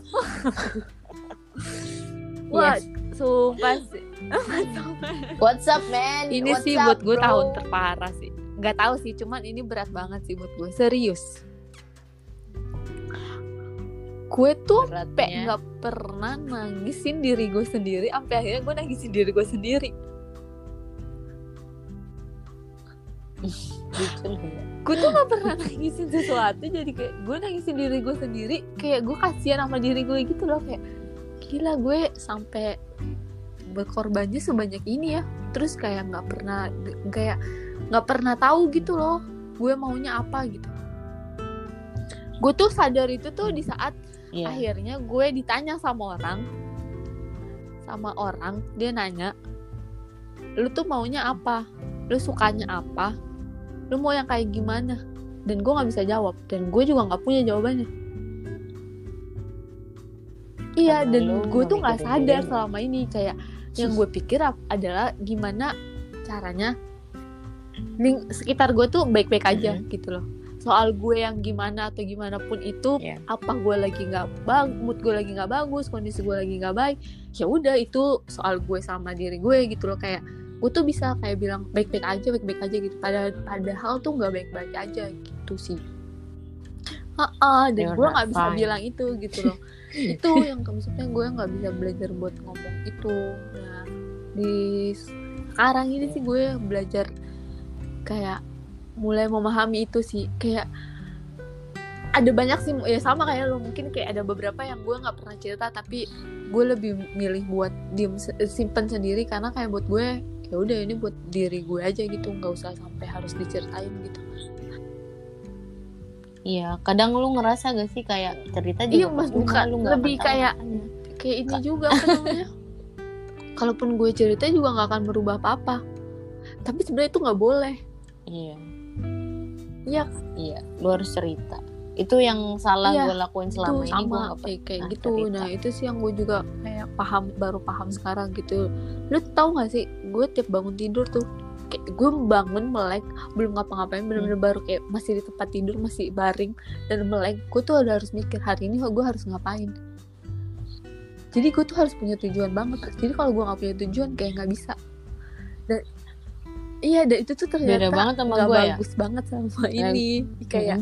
Wah, Yes. sumpah sih. What's up, man? Ini What's sih up, buat gue bro? tahun terparah sih. Gak tahu sih, cuman ini berat banget sih buat gue. Serius. Gue tuh sampai Beratnya. nggak pernah nangisin diri gue sendiri, sampai akhirnya gue nangisin diri gue sendiri. Gitu ya. Gue tuh nggak pernah nangisin sesuatu, jadi kayak gue nangisin diri gue sendiri, kayak gue kasihan sama diri gue gitu loh, kayak gila gue sampai berkorbannya sebanyak ini ya, terus kayak nggak pernah kayak nggak pernah tahu gitu loh, gue maunya apa gitu. Gue tuh sadar itu tuh di saat Iya. akhirnya gue ditanya sama orang sama orang dia nanya, lu tuh maunya apa, lu sukanya apa, lu mau yang kayak gimana, dan gue nggak bisa jawab dan gue juga nggak punya jawabannya. Iya, Karena dan lu gue tuh nggak mikirin sadar diri lu. selama ini, kayak yang gue pikir ap- adalah gimana caranya ling- sekitar gue tuh baik-baik aja Mhm. gitu loh. Soal gue yang gimana atau gimana pun itu, Iya. apa gue lagi nggak bang, mood gue lagi nggak bagus, kondisi gue lagi nggak baik, ya udah itu soal gue sama diri gue gitu loh. Kayak gue tuh bisa kayak bilang baik-baik aja, baik-baik aja gitu. Padahal padahal tuh nggak baik-baik aja gitu sih. Ah, dan You're gue not nggak bisa fine. bilang itu gitu loh. Itu yang maksudnya gue nggak bisa belajar buat ngomong itu. Nah di sekarang ini sih gue belajar kayak mulai memahami itu sih. Kayak ada banyak sih ya, sama kayak lo, mungkin kayak ada beberapa yang gue nggak pernah cerita tapi gue lebih milih buat diem simpen sendiri, karena kayak buat gue ya udah ini buat diri gue aja gitu, nggak usah sampai harus diceritain gitu. Iya, kadang lu ngerasa gak sih kayak cerita juga Iya mas, bukan lu gak lebih kayak kayak ini juga apa namanya, kalaupun gue cerita juga nggak akan merubah apa-apa, tapi sebenarnya itu nggak boleh. Iya, Iya, iya, lu harus cerita. Itu yang salah iya, gue lakuin selama itu ini, gue sama gak kayak, kayak pernah gitu. cerita. Nah itu sih yang gue juga kayak paham, baru paham sekarang gitu. Lu tau gak sih, gue tiap bangun tidur tuh kayak gue bangun melek, belum ngapa-ngapain, bener-bener baru kayak masih di tempat tidur, masih baring dan melek, gue tuh udah harus mikir hari ini gue harus ngapain. Jadi gue tuh harus punya tujuan banget. Jadi kalau gue nggak punya tujuan kayak nggak bisa. Dan iya, dan itu tuh ternyata Beda banget sama nggak gue ya. bagus banget sama ini. Kayak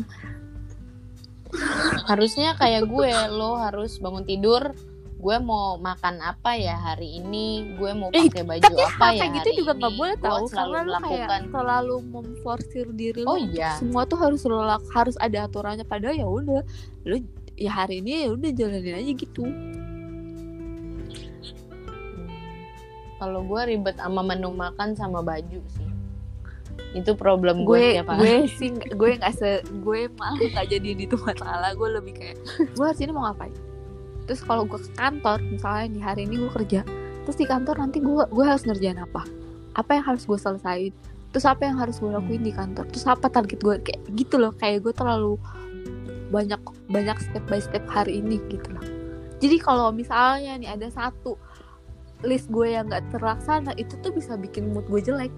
harusnya kayak gue, lo harus bangun tidur, gue mau makan apa ya hari ini, gue mau Eh, pakai baju tapi apa hal ya kayak gitu hari juga ini. nggak boleh Gue tahu, selalu karena lu kayak melakukan. terlalu memforsir diri lu. Oh untuk iya. semua tuh harus lu lak- harus ada aturannya, padahal ya udah lu ya hari ini ya udah jalanin aja gitu. Kalau gue ribet sama menu makan sama baju sih. Itu problem gue gue tiap hari. gue sih nggak- gue nggak se gue malah nggak jadi itu masalah. Gue lebih kayak gue hari ini mau ngapain, terus kalau gue ke kantor misalnya nih hari ini gue kerja, terus di kantor nanti gue gue harus ngerjain apa apa yang harus gue selesain, terus apa yang harus gue lakuin di kantor, terus apa target gue, kayak gitu loh. Kayak gue terlalu banyak banyak step by step hari ini gitu loh. Jadi kalau misalnya nih ada satu list gue yang nggak terlaksana, itu tuh bisa bikin mood gue jelek.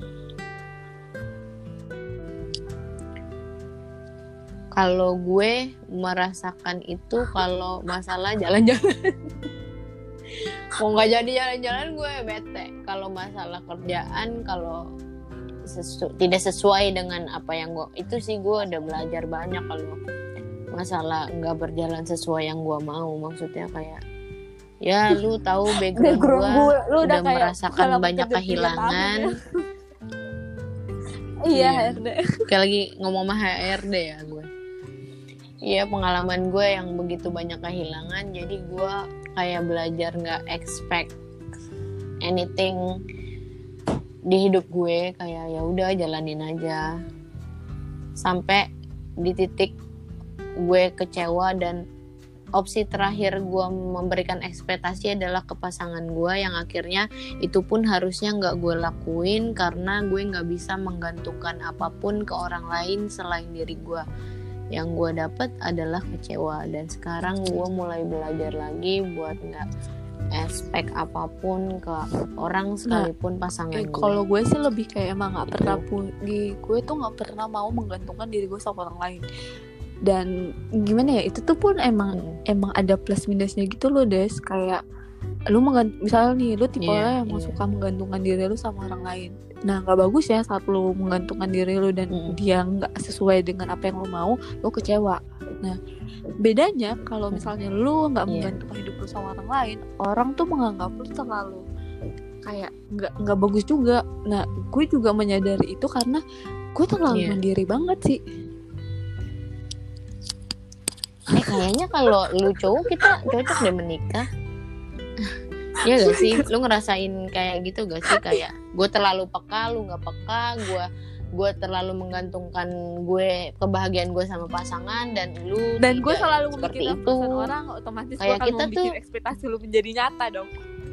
Kalau gue merasakan itu kalau masalah jalan-jalan. Mau nggak jadi jalan-jalan gue bete. Kalau masalah kerjaan, kalau sesu- tidak sesuai dengan apa yang gue, itu sih gue udah belajar banyak. Kalau masalah nggak berjalan sesuai yang gue mau, maksudnya kayak ya lu tahu background, Background gue, gue, lu udah, udah kayak merasakan pengalaman banyak kerja tiga kehilangan. tahun Iya, Iya. H R D. Kayak lagi ngomong sama H R D ya gue. Iya, pengalaman gue yang begitu banyak kehilangan, jadi gue kayak belajar nggak expect anything di hidup gue, kayak ya udah jalanin aja sampai di titik gue kecewa, dan opsi terakhir gue memberikan ekspektasi adalah ke pasangan gue, yang akhirnya itu pun harusnya nggak gue lakuin karena gue nggak bisa menggantungkan apapun ke orang lain selain diri gue. Yang gue dapet adalah kecewa, dan sekarang gue mulai belajar lagi buat nggak expect apapun ke orang sekalipun pasangan Eh, gue. kalau gue sih lebih kayak emang nggak Gitu. pernah pu- di gue tuh nggak pernah mau menggantungkan diri gue sama orang lain. Dan gimana ya, itu tuh pun emang Hmm. emang ada plus minusnya gitu loh, Des. Kayak lu menggant- misalnya nih lu tipe Iya, orang yang mau iya. suka menggantungkan diri lu sama orang lain. Nah nggak bagus ya saat lu menggantungkan diri lu dan Mm. dia nggak sesuai dengan apa yang lu mau, lu kecewa. Nah bedanya kalau misalnya lu nggak Iya. menggantungkan hidup lu sama orang lain, orang tuh menganggap lu terlalu kayak nggak nggak bagus juga. Nah gue juga menyadari itu karena gue terlalu Iya. mandiri banget sih. Eh kayaknya kalau lu cowok kita cocok deh menikah. Iya gak sih? Lu ngerasain kayak gitu gak sih? Kayak gue terlalu peka, lu gak peka. Gue gue terlalu menggantungkan gue kebahagiaan gue sama pasangan, dan lu Dan gue tidak selalu seperti memikirkan itu. perasaan orang, otomatis gue Kayak akan kita membuat tuh- ekspektasi lu menjadi nyata dong.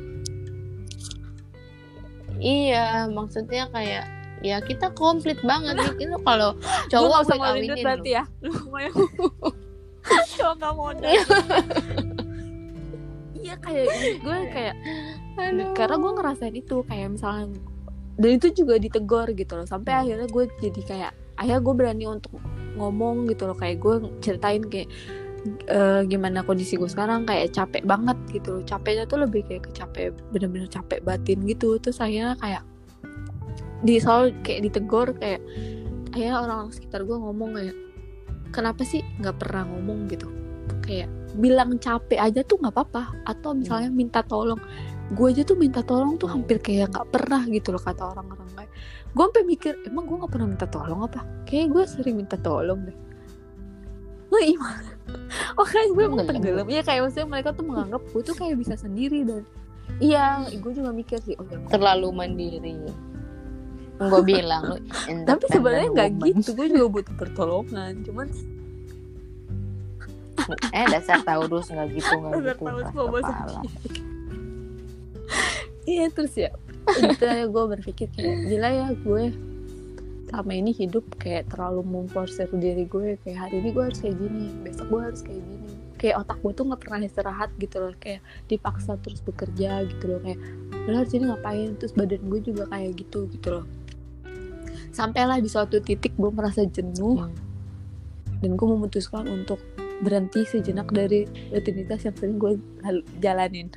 Iya, maksudnya kayak ya kita komplit banget nih. Itu kalau Gue cowok gak usah gue ngeluarin duit kawinin berarti lu. ya. Lu lumayan cowok gak modal. Iya kayak gue kayak Aduh. karena gue ngerasain itu kayak misalnya, dan itu juga ditegor gitu loh, sampai Hmm. akhirnya gue jadi kayak akhirnya gue berani untuk ngomong gitu loh, kayak gue ceritain kayak eh, gimana kondisi gue sekarang, kayak capek banget gitu loh. Capeknya tuh lebih kayak kecapek, bener-bener capek batin gitu. Terus akhirnya kayak di selalu kayak ditegor, kayak akhirnya orang-orang sekitar gue ngomong kayak kenapa sih nggak pernah ngomong gitu, kayak bilang capek aja tuh nggak apa-apa, atau misalnya minta tolong. Gue aja tuh minta tolong tuh hampir kayak nggak pernah gitu loh kata orang-orang. Kayak gue sampai mikir, emang gue nggak pernah minta tolong apa? Kayak gue sering minta tolong deh. Lo gimana? Oh kan gue emang tenggelam. Iya kayak maksudnya mereka tuh menganggap gue tuh kayak bisa sendiri, dan iya gue juga mikir sih, oh ya terlalu mandiri. Gue bilang lu tapi sebenarnya nggak gitu, gue juga butuh pertolongan, cuman eh dasar Taurus nggak gitu nggak dasar gitu Taurus keras bawa kepala. Iya terus ya itu ya gue berpikir kayak gila ya, gue selama ini hidup kayak terlalu memforsir diri gue, kayak hari ini gue harus kayak gini, besok gue harus kayak gini, kayak otak gue tuh nggak pernah istirahat gitu loh, kayak dipaksa terus bekerja gitu loh, kayak lo harus ini ngapain, terus badan gue juga kayak gitu gitu loh. Sampailah di suatu titik gue merasa jenuh hmm. dan gue memutuskan untuk berhenti sejenak dari rutinitas yang sering gue jalanin.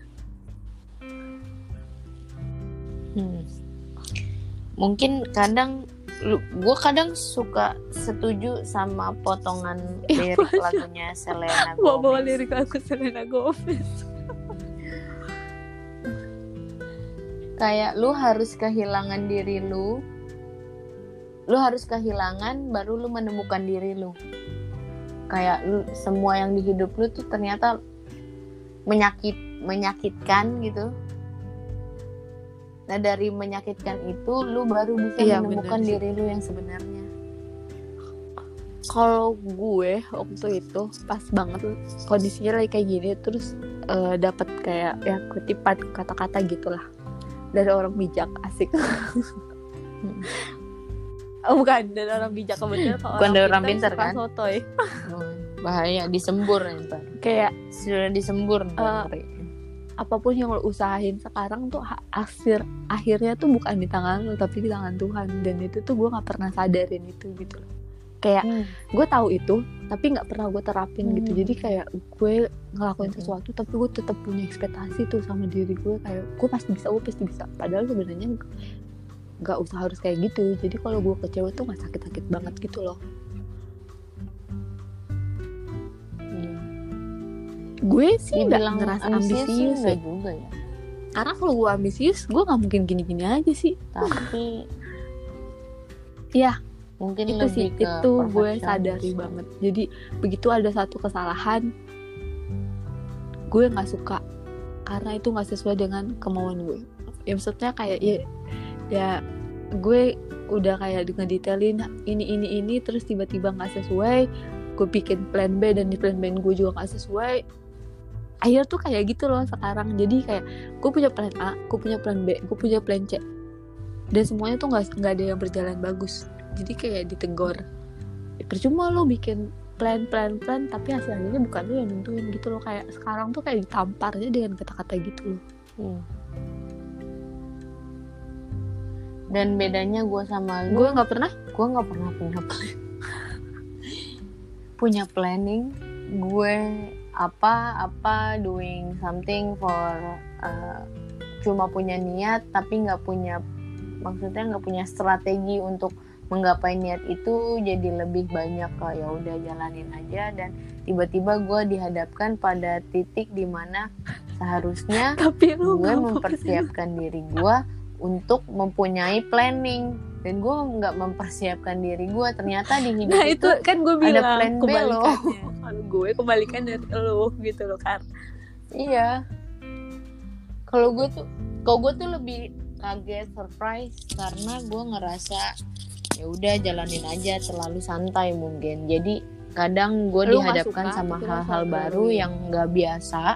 Hmm. Mungkin kadang gue kadang suka setuju sama potongan ya, lirik lagunya Selena Gomez. Bawa-bawa lirik lagu Selena Gomez. Kayak lu harus kehilangan diri lu, lu harus kehilangan baru lu menemukan diri lu. Kayak lu, semua yang di hidup lu tuh ternyata menyakit, menyakitkan gitu. Nah dari menyakitkan itu lu baru bisa iya, menemukan diri lu yang sebenarnya. Kalau gue waktu itu pas banget kondisinya lagi kayak gini, terus uh, dapat kayak ya kutipan kata-kata gitulah dari orang bijak, asik. hmm. Oh bukan dari orang bijak, kebetulan kalau bukan dari orang pintar kan sotoy. Oh, bahaya disembur ntar. Kayak sudah disembur uh, apapun yang lo usahain sekarang tuh akhir akhirnya tuh bukan di tangan lo tapi di tangan Tuhan, dan itu tuh gue nggak pernah sadarin itu gitu loh. Kayak hmm. gue tahu itu tapi nggak pernah gue terapin hmm. gitu. Jadi kayak gue ngelakuin sesuatu hmm. tapi gue tetap punya ekspektasi tuh sama diri gue, kayak gue pasti bisa, gue pasti bisa, padahal sebenarnya nggak usah harus kayak gitu. Jadi kalau gue kecewa tuh nggak sakit-sakit banget gitu loh. hmm. Gue sih nggak ngerasa ambisius ya juga ya, karena kalau gue ambisius gue nggak mungkin gini-gini aja sih. Tapi ya mungkin itu sih ke itu gue sadari banget. Jadi begitu ada satu kesalahan gue nggak suka karena itu nggak sesuai dengan kemauan gue. Ya maksudnya kayak ya ya gue udah kayak ngedetailin ini ini ini terus tiba-tiba nggak sesuai, gue bikin plan B dan di plan B gue juga nggak sesuai. Akhirnya tuh kayak gitu loh sekarang. Jadi kayak gue punya plan A, gue punya plan B, gue punya plan C, dan semuanya tuh nggak nggak ada yang berjalan bagus. Jadi kayak ditegor, ya, percuma lo bikin plan plan plan tapi hasilnya bukan lo yang nentuin gitu loh. Kayak sekarang tuh kayak ditampar aja dengan kata-kata gitu loh. hmm. Dan bedanya gue sama lu, gue nggak pernah gue nggak pernah punya plan. punya planning. Gue apa apa doing something for uh, cuma punya niat tapi nggak punya, maksudnya nggak punya strategi untuk menggapai niat itu. Jadi lebih banyak ke ya udah jalanin aja, dan tiba-tiba gue dihadapkan pada titik dimana seharusnya gue mempersiapkan diri gue untuk mempunyai planning, dan gue nggak mempersiapkan diri gue. Ternyata di hidup nah, itu, itu kan gue bilang ada plan B loh. Kalau gue kebalikan dari lo gitu loh kan. Iya. Kalau gue tuh, kalau gue tuh lebih kaget, surprise, karena gue ngerasa ya udah jalanin aja, terlalu santai mungkin. Jadi kadang gue dihadapkan sama hal-hal baru yang nggak biasa.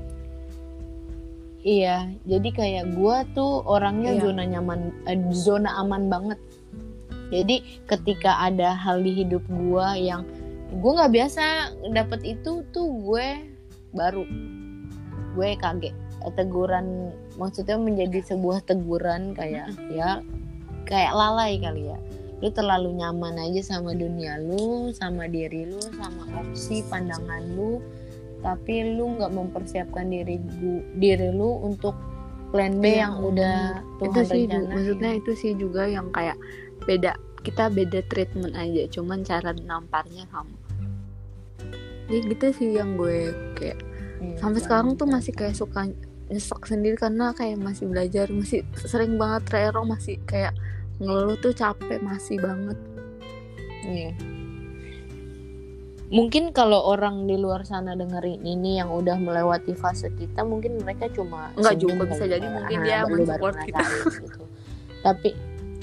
Iya, jadi kayak gue tuh orangnya iya. zona nyaman, eh, zona aman banget. Jadi ketika ada hal di hidup gue yang gue nggak biasa dapet itu tuh gue baru, gue kaget. Teguran, maksudnya menjadi sebuah teguran kayak ya kayak lalai kali ya. Lu terlalu nyaman aja sama dunia lu, sama diri lu, sama opsi pandangan lu. Tapi lu nggak mempersiapkan diri gu, diri lu untuk plan B yang, yang udah Tuhan itu sih rencanain. Maksudnya itu sih juga yang kayak beda, kita beda treatment aja, cuman cara namparnya sama. ya gitu sih yang gue kayak Iya, sampai sekarang tuh banget. masih kayak suka nyesek sendiri karena kayak masih belajar, masih sering banget rero, masih kayak ngeluh tuh capek masih banget. Iya. Mungkin kalau orang di luar sana dengerin ini yang udah melewati fase kita, mungkin mereka cuma Enggak senyum juga, kali bisa ya. jadi mungkin Ah, dia baru- baru men-support kita. ngerasain gitu. Tapi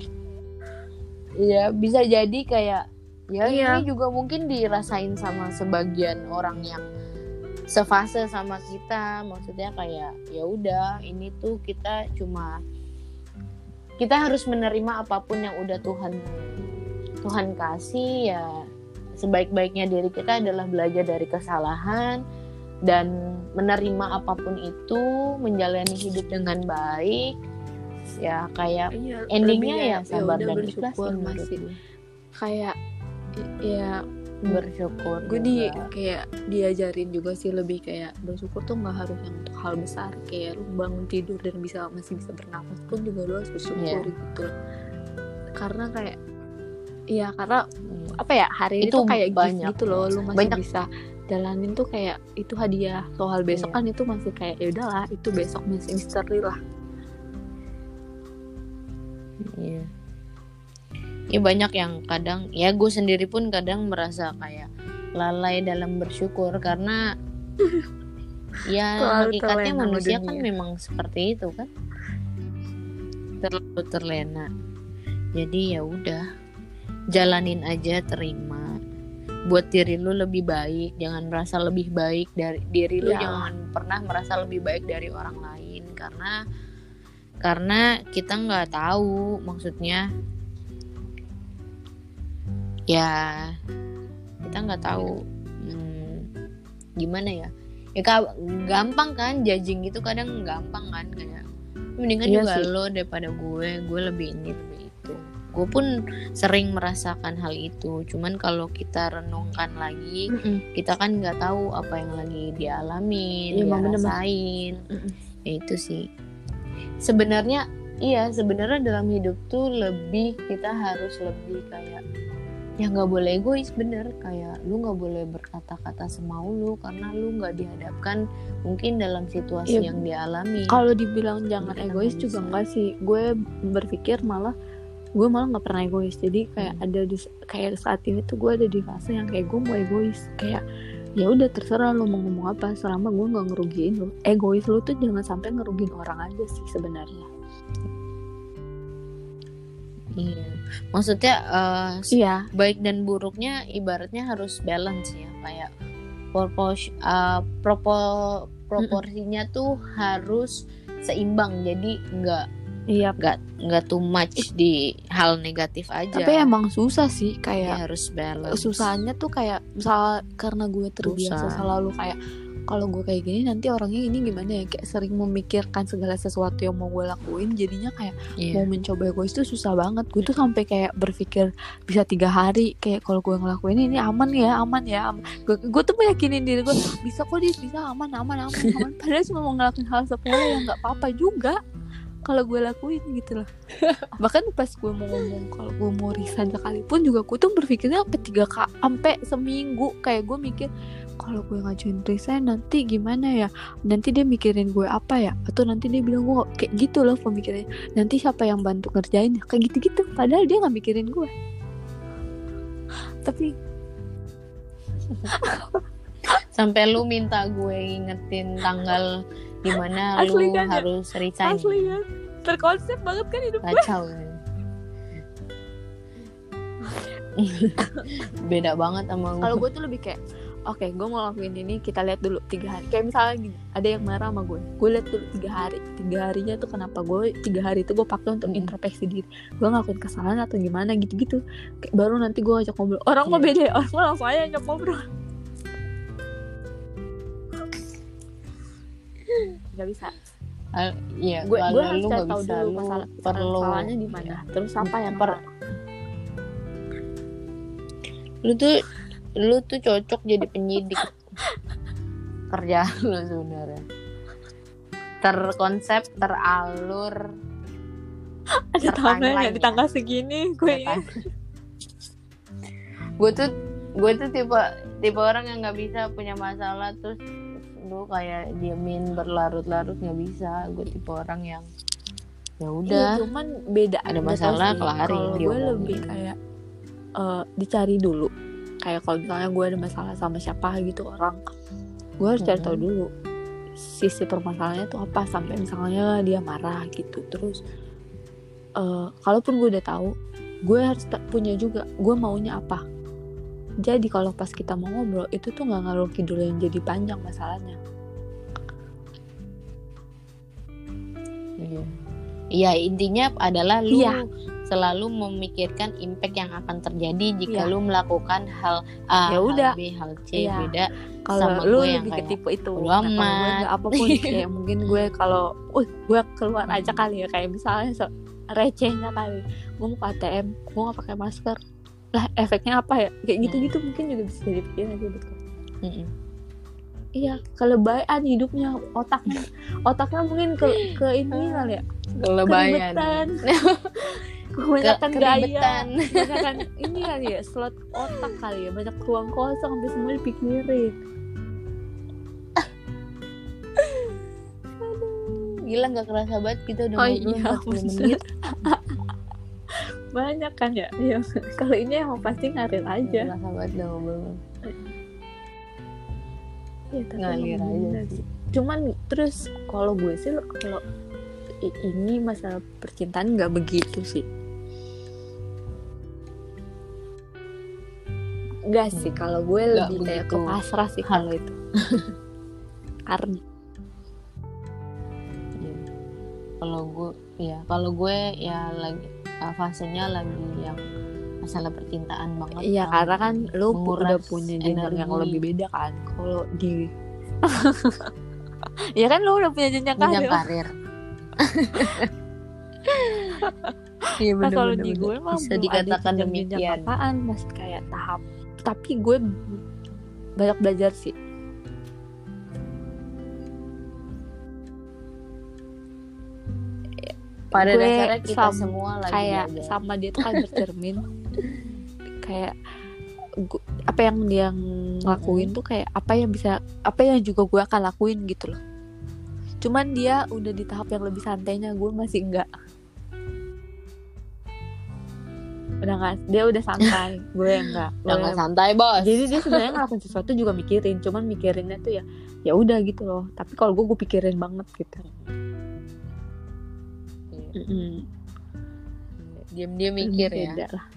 ya bisa jadi kayak ya Iya. ini juga mungkin dirasain sama sebagian orang yang sefase sama kita. Maksudnya kayak ya udah, ini tuh kita cuma kita harus menerima apapun yang udah Tuhan Tuhan kasih ya. Sebaik-baiknya diri kita adalah belajar dari kesalahan dan menerima apapun itu, menjalani hidup dengan baik. Ya kayak Iya, endingnya lebih ya kayak, sabar udah dan bersyukur ikhlas sih menurut masih gue. kayak ya Bersyukur gue di juga. kayak diajarin juga sih lebih kayak bersyukur tuh nggak harus yang untuk hal besar, kayak lu bangun tidur dan bisa masih bisa bernafas pun juga lu harus bersyukur Iya. gitu loh. Karena kayak iya karena Hmm. apa ya, hari ini Itu tuh kayak gift banyak. gitu loh, lu masih Banyak. bisa jalanin tuh kayak itu hadiah. Soal besok Iya. kan itu masih kayak ya udahlah, itu besok masih misteri lah. Iya. Ya banyak yang kadang, ya gue sendiri pun kadang merasa kayak lalai dalam bersyukur karena ya Terlalu hakikatnya terlena sama manusia kan dunia. memang seperti itu kan, terlalu terlena. Jadi ya udah, jalanin aja, terima. Buat diri lu lebih baik, jangan merasa lebih baik dari diri lu, Ya. jangan pernah merasa lebih baik dari orang lain karena karena kita nggak tahu, maksudnya ya kita nggak tahu hmm, gimana ya ya ka- gampang kan judging gitu, kadang gampang kan kayak mendingan Iya juga sih. lo daripada gue gue lebih ini lebih itu. Gue pun sering merasakan hal itu, cuman kalau kita renungkan lagi, kita kan nggak tahu apa yang lagi dialamin, Iya, dia emang bener, Mas. rasain. Mm-mm. Ya itu sih sebenarnya. Iya, sebenarnya dalam hidup tuh lebih kita harus lebih kayak ya nggak boleh egois, bener, kayak lu nggak boleh berkata-kata semau lu karena lu nggak dihadapkan mungkin dalam situasi Iya. yang dialami. Kalau dibilang jangan Kita egois nggak juga bisa. enggak sih. Gue berpikir malah gue malah nggak pernah egois. Jadi kayak Hmm. ada di kayak saat ini tuh gue ada di fase yang kayak gue mau egois. Kayak ya udah terserah lo mau ngomong apa selama gue nggak ngerugiin lo. Egois lo tuh jangan sampai ngerugiin orang aja sih sebenarnya. Iya, maksudnya eh, Iya. baik dan buruknya ibaratnya harus balance ya, kayak propos uh, propo proporsinya tuh harus seimbang, jadi nggak Iya. nggak nggak too much di hal negatif aja. Tapi emang susah sih Ya, kayak harus balance. susahnya tuh kayak misal karena gue terbiasa Susah. selalu kayak kalau gue kayak gini nanti orangnya ini gimana ya, kayak sering memikirkan segala sesuatu yang mau gue lakuin, jadinya kayak Iya. mau mencoba egois itu susah banget. Gue tuh sampai kayak berpikir bisa tiga hari kayak kalau gue ngelakuin ini aman ya, aman ya, aman. Gue, gue tuh meyakinin diri gue bisa kok, dia bisa aman, aman, aman, aman. Padahal cuma mau ngelakuin hal sepele yang nggak apa-apa juga kalau gue lakuin gitu loh. Bahkan pas gue mau ngomong kalau gue mau resign sekalipun juga gue tuh berpikirnya sampai tiga kali, sampai seminggu kayak gue mikir kalau gue ngajuin resign nanti gimana ya, nanti dia mikirin gue apa ya, atau nanti dia bilang gue kayak gitu loh pemikirannya, nanti siapa yang bantu ngerjain kayak gitu-gitu, padahal dia nggak mikirin gue. Tapi Sampai lu minta gue ingetin tanggal dimana Asli lu kan, ya? harus resign. asli kan terkonsep banget kan hidup gue. Kacau ya. Beda banget sama gue. Kalau gue tuh lebih kayak oke, okay, gue mau lakuin ini, kita lihat dulu tiga hari. Kayak misalnya gini, ada yang marah sama gue, gue lihat dulu tiga hari. Tiga harinya tuh kenapa gue tiga hari itu gue pakai untuk Hmm. introspeksi diri. Gue ngelakuin kesalahan atau gimana gitu-gitu. Kayak baru nanti gue ajak ngobrol. Orang mah Iya. beda, ya, orang mah langsung aja ajak ngobrol. Gak bisa. Al- Iya, Gue kalau gue harus lu cari nggak tahu bisa, dulu lu masalah perlu. masalahnya di mana. Terus apa yang Per- Lu tuh lu tuh cocok jadi penyidik. Kerja lu sebenarnya. Terkonsep, teralur. ada per timeline timeline ya di ya. tanggal segini gue ini. Gue tuh gue tuh tipe tipe orang yang nggak bisa punya masalah terus lu kayak diemin berlarut-larut, nggak bisa. Gue tipe orang yang ya udah, iya, cuman beda, ada nggak masalah tahu sih. kelarin, Kalau gue diomongin. lebih kayak eh, dicari dulu, kayak kalau misalnya gue ada masalah sama siapa gitu orang, gue harus cari tahu Mm-mm. dulu sisi permasalahannya tuh apa, sampai misalnya dia marah gitu. Terus eh, kalaupun gue udah tahu, gue harus ta- punya juga gue maunya apa. Jadi kalau pas kita mau ngobrol itu tuh nggak ngalur kidul yang jadi panjang masalahnya. Iya. Iya, intinya adalah lu Iya. selalu memikirkan impact yang akan terjadi jika Iya. lu melakukan hal A, Ya udah. hal B, hal C. Iya. Beda Kalau sama lu gue yang lebih ke kayak tipe itu. bodo Nah, kalau gue amat. nggak apapun kayak mungkin gue kalau, uh gue keluar aja kali ya, kayak misalnya so, recehnya kali, gue mau ke A T M, gue nggak pakai masker, lah efeknya apa ya, kayak gitu-gitu mungkin juga bisa jadi pikiran aja betul. Mm-mm. Iya, kelebayaan hidupnya, otaknya, otaknya mungkin ke ke ini kali ya, Kelebayan. keribetan, Ke- kebanyakan gaya, keribetan. kebanyakan ini kali ya, slot otak kali ya, banyak ruang kosong, habis semua dipikirin. Gila, nggak kerasa banget kita udah Oh ngobrol iya, empat puluh bener. menit. Banyak kan ya, ya. Kalau ini emang pasti ngalir Nggak aja. kerasa banget udah ngobrol. Ya, tapi Ngalir emang aja bener sih. sih. Cuman terus kalau gue sih, kalau i- ini masalah percintaan nggak begitu sih. Enggak sih, kalau gue Nggak lebih kayak ke begitu pasrah sih kalau itu. Karena Iya. Kalau gue, ya kalau gue ya lagi uh, fasenya lagi yang masalah percintaan banget. iya, yang karena kan lu pu- menguras udah punya jenjang yang energi. lebih beda kan. Kalau di ya kan lu udah punya jenjang jenjang karir. karir. Iya, Nah, kalau di bener-bener. gue mah Bisa belum ada dikatakan jenjang-jenjang demikian. apaan, masih kayak tahap. Tapi gue banyak belajar sih. Pada Gue dasarnya kita sam- semua lagi Kayak belajar. sama dia tuh kan bercermin. Kayak gu- apa yang dia ngelakuin tuh kayak apa yang bisa, apa yang juga gue akan lakuin gitu loh. Cuman dia udah di tahap yang lebih santainya, gue masih enggak. Udah nggak, dia udah santai, gue enggak. Udah Gue- nggak santai, bos. Jadi dia sebenarnya ngelakuin sesuatu juga mikirin, cuman mikirinnya tuh ya ya udah gitu loh. Tapi kalau gue gue pikirin banget gitu. Iya. Mm-mm. Diam-diam mikir ya. Beda lah.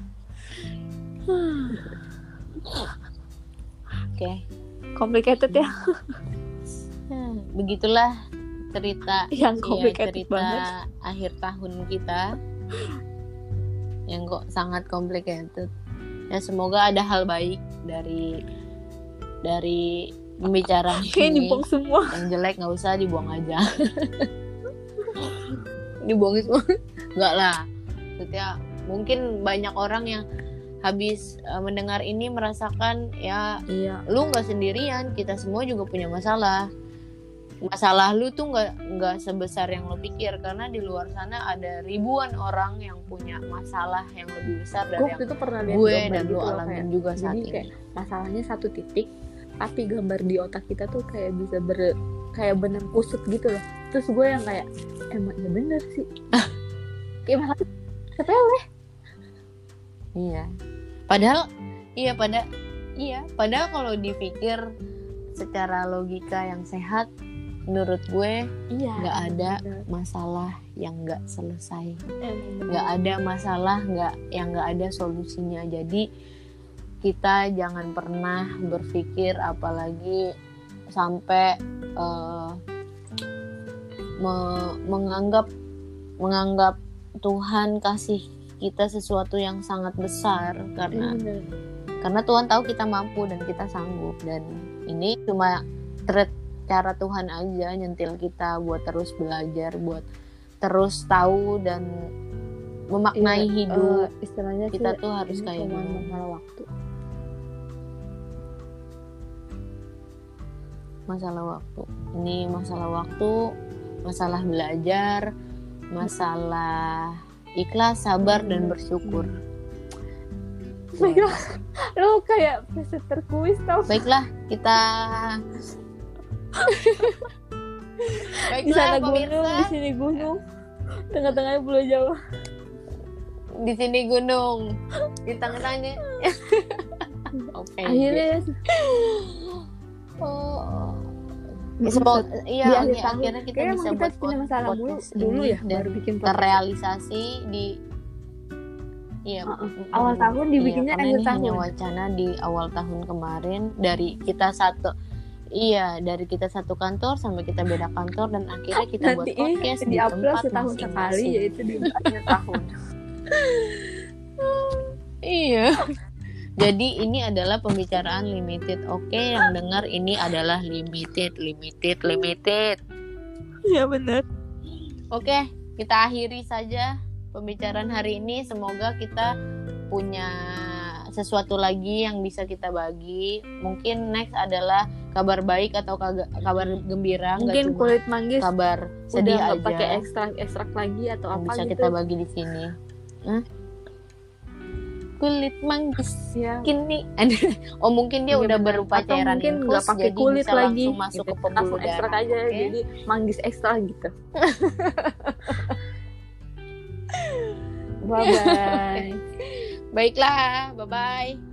Oke. Complicated ya. Hmm, begitulah cerita Yang iya, complicated cerita banget. akhir tahun kita yang kok sangat complicated. Ya semoga ada hal baik dari dari pembicaraan Kayak ini. dibuang semua. Yang jelek nggak usah, dibuang aja. Dibuang semua. Enggak lah. Maksudnya mungkin banyak orang yang habis uh, mendengar ini merasakan ya Iya. lu nggak sendirian, kita semua juga punya masalah. Masalah lu tuh nggak nggak sebesar yang lu pikir, karena di luar sana ada ribuan orang yang punya masalah yang lebih besar Gue dari waktu yang itu pernah lihat gue gambar dan gitu lu loh, alamin kayak, juga saat jadi ini. kayak masalahnya satu titik, tapi gambar di otak kita tuh kayak bisa ber kayak benang kusut gitu loh. Terus gue yang kayak emang ya bener sih. Kayak masalah sepele. Iya. Padahal iya pada iya, padahal kalau dipikir secara logika yang sehat, menurut gue Iya. nggak ada bener. masalah yang nggak selesai, Emang bener. nggak ada masalah nggak yang nggak ada solusinya. Jadi kita jangan pernah berpikir apalagi sampai uh, me- menganggap menganggap Tuhan kasih kita sesuatu yang sangat besar, karena Bener. karena Tuhan tahu kita mampu dan kita sanggup, dan ini cuma tret cara Tuhan aja nyentil kita buat terus belajar, buat terus tahu dan memaknai Iya, hidup. eh, istilahnya Kita sih, tuh harus ini kayak cuma gini. masalah waktu. Masalah waktu. Ini masalah waktu, masalah belajar, masalah ikhlas, sabar dan bersyukur. Baiklah, lo kayak peserta kuis tau. Baiklah, kita Di sana Baiklah gunung, pemirsa, di sini gunung, tengah-tengahnya Pulau Jawa. di sini gunung, di tengah-tengahnya. Oke. Akhirnya Oh. Di Semoga di iya akhir akhir- tahun. akhirnya kita Kayaknya bisa emang kita buat punya masalah mulu podcast dulu ini ya, dan baru bikin podcast. terrealisasi di iya Uh-uh. mm, Awal mm, tahun dibikinnya iya, karena akhir ini hanya tahun. wacana di awal tahun kemarin dari kita satu iya dari kita satu kantor sampai kita beda kantor dan akhirnya kita buat Nanti podcast di di-upload tempat setahun sekali, masing-masing. yaitu di akhir tahun. Iya. Jadi ini adalah pembicaraan limited. Oke, yang dengar ini adalah limited, limited, limited. Iya benar. Oke, kita akhiri saja pembicaraan hari ini. Semoga kita punya sesuatu lagi yang bisa kita bagi. Mungkin next adalah kabar baik atau kaga- kabar gembira. nggak Mungkin cuma kulit manggis kabar udah sedih nggak aja pakai ekstrak ekstrak lagi atau yang apa bisa gitu. kita bagi di sini. Hah? Kulit manggis Ya. kini oh mungkin dia Iya udah benar. berupa Atau cairan mungkin infus nggak pakai jadi kulit bisa lagi langsung masuk gitu. ke pembuluh Langsung ekstrak darah. aja, Oke? jadi manggis ekstra gitu. Bye bye. Baiklah, bye bye.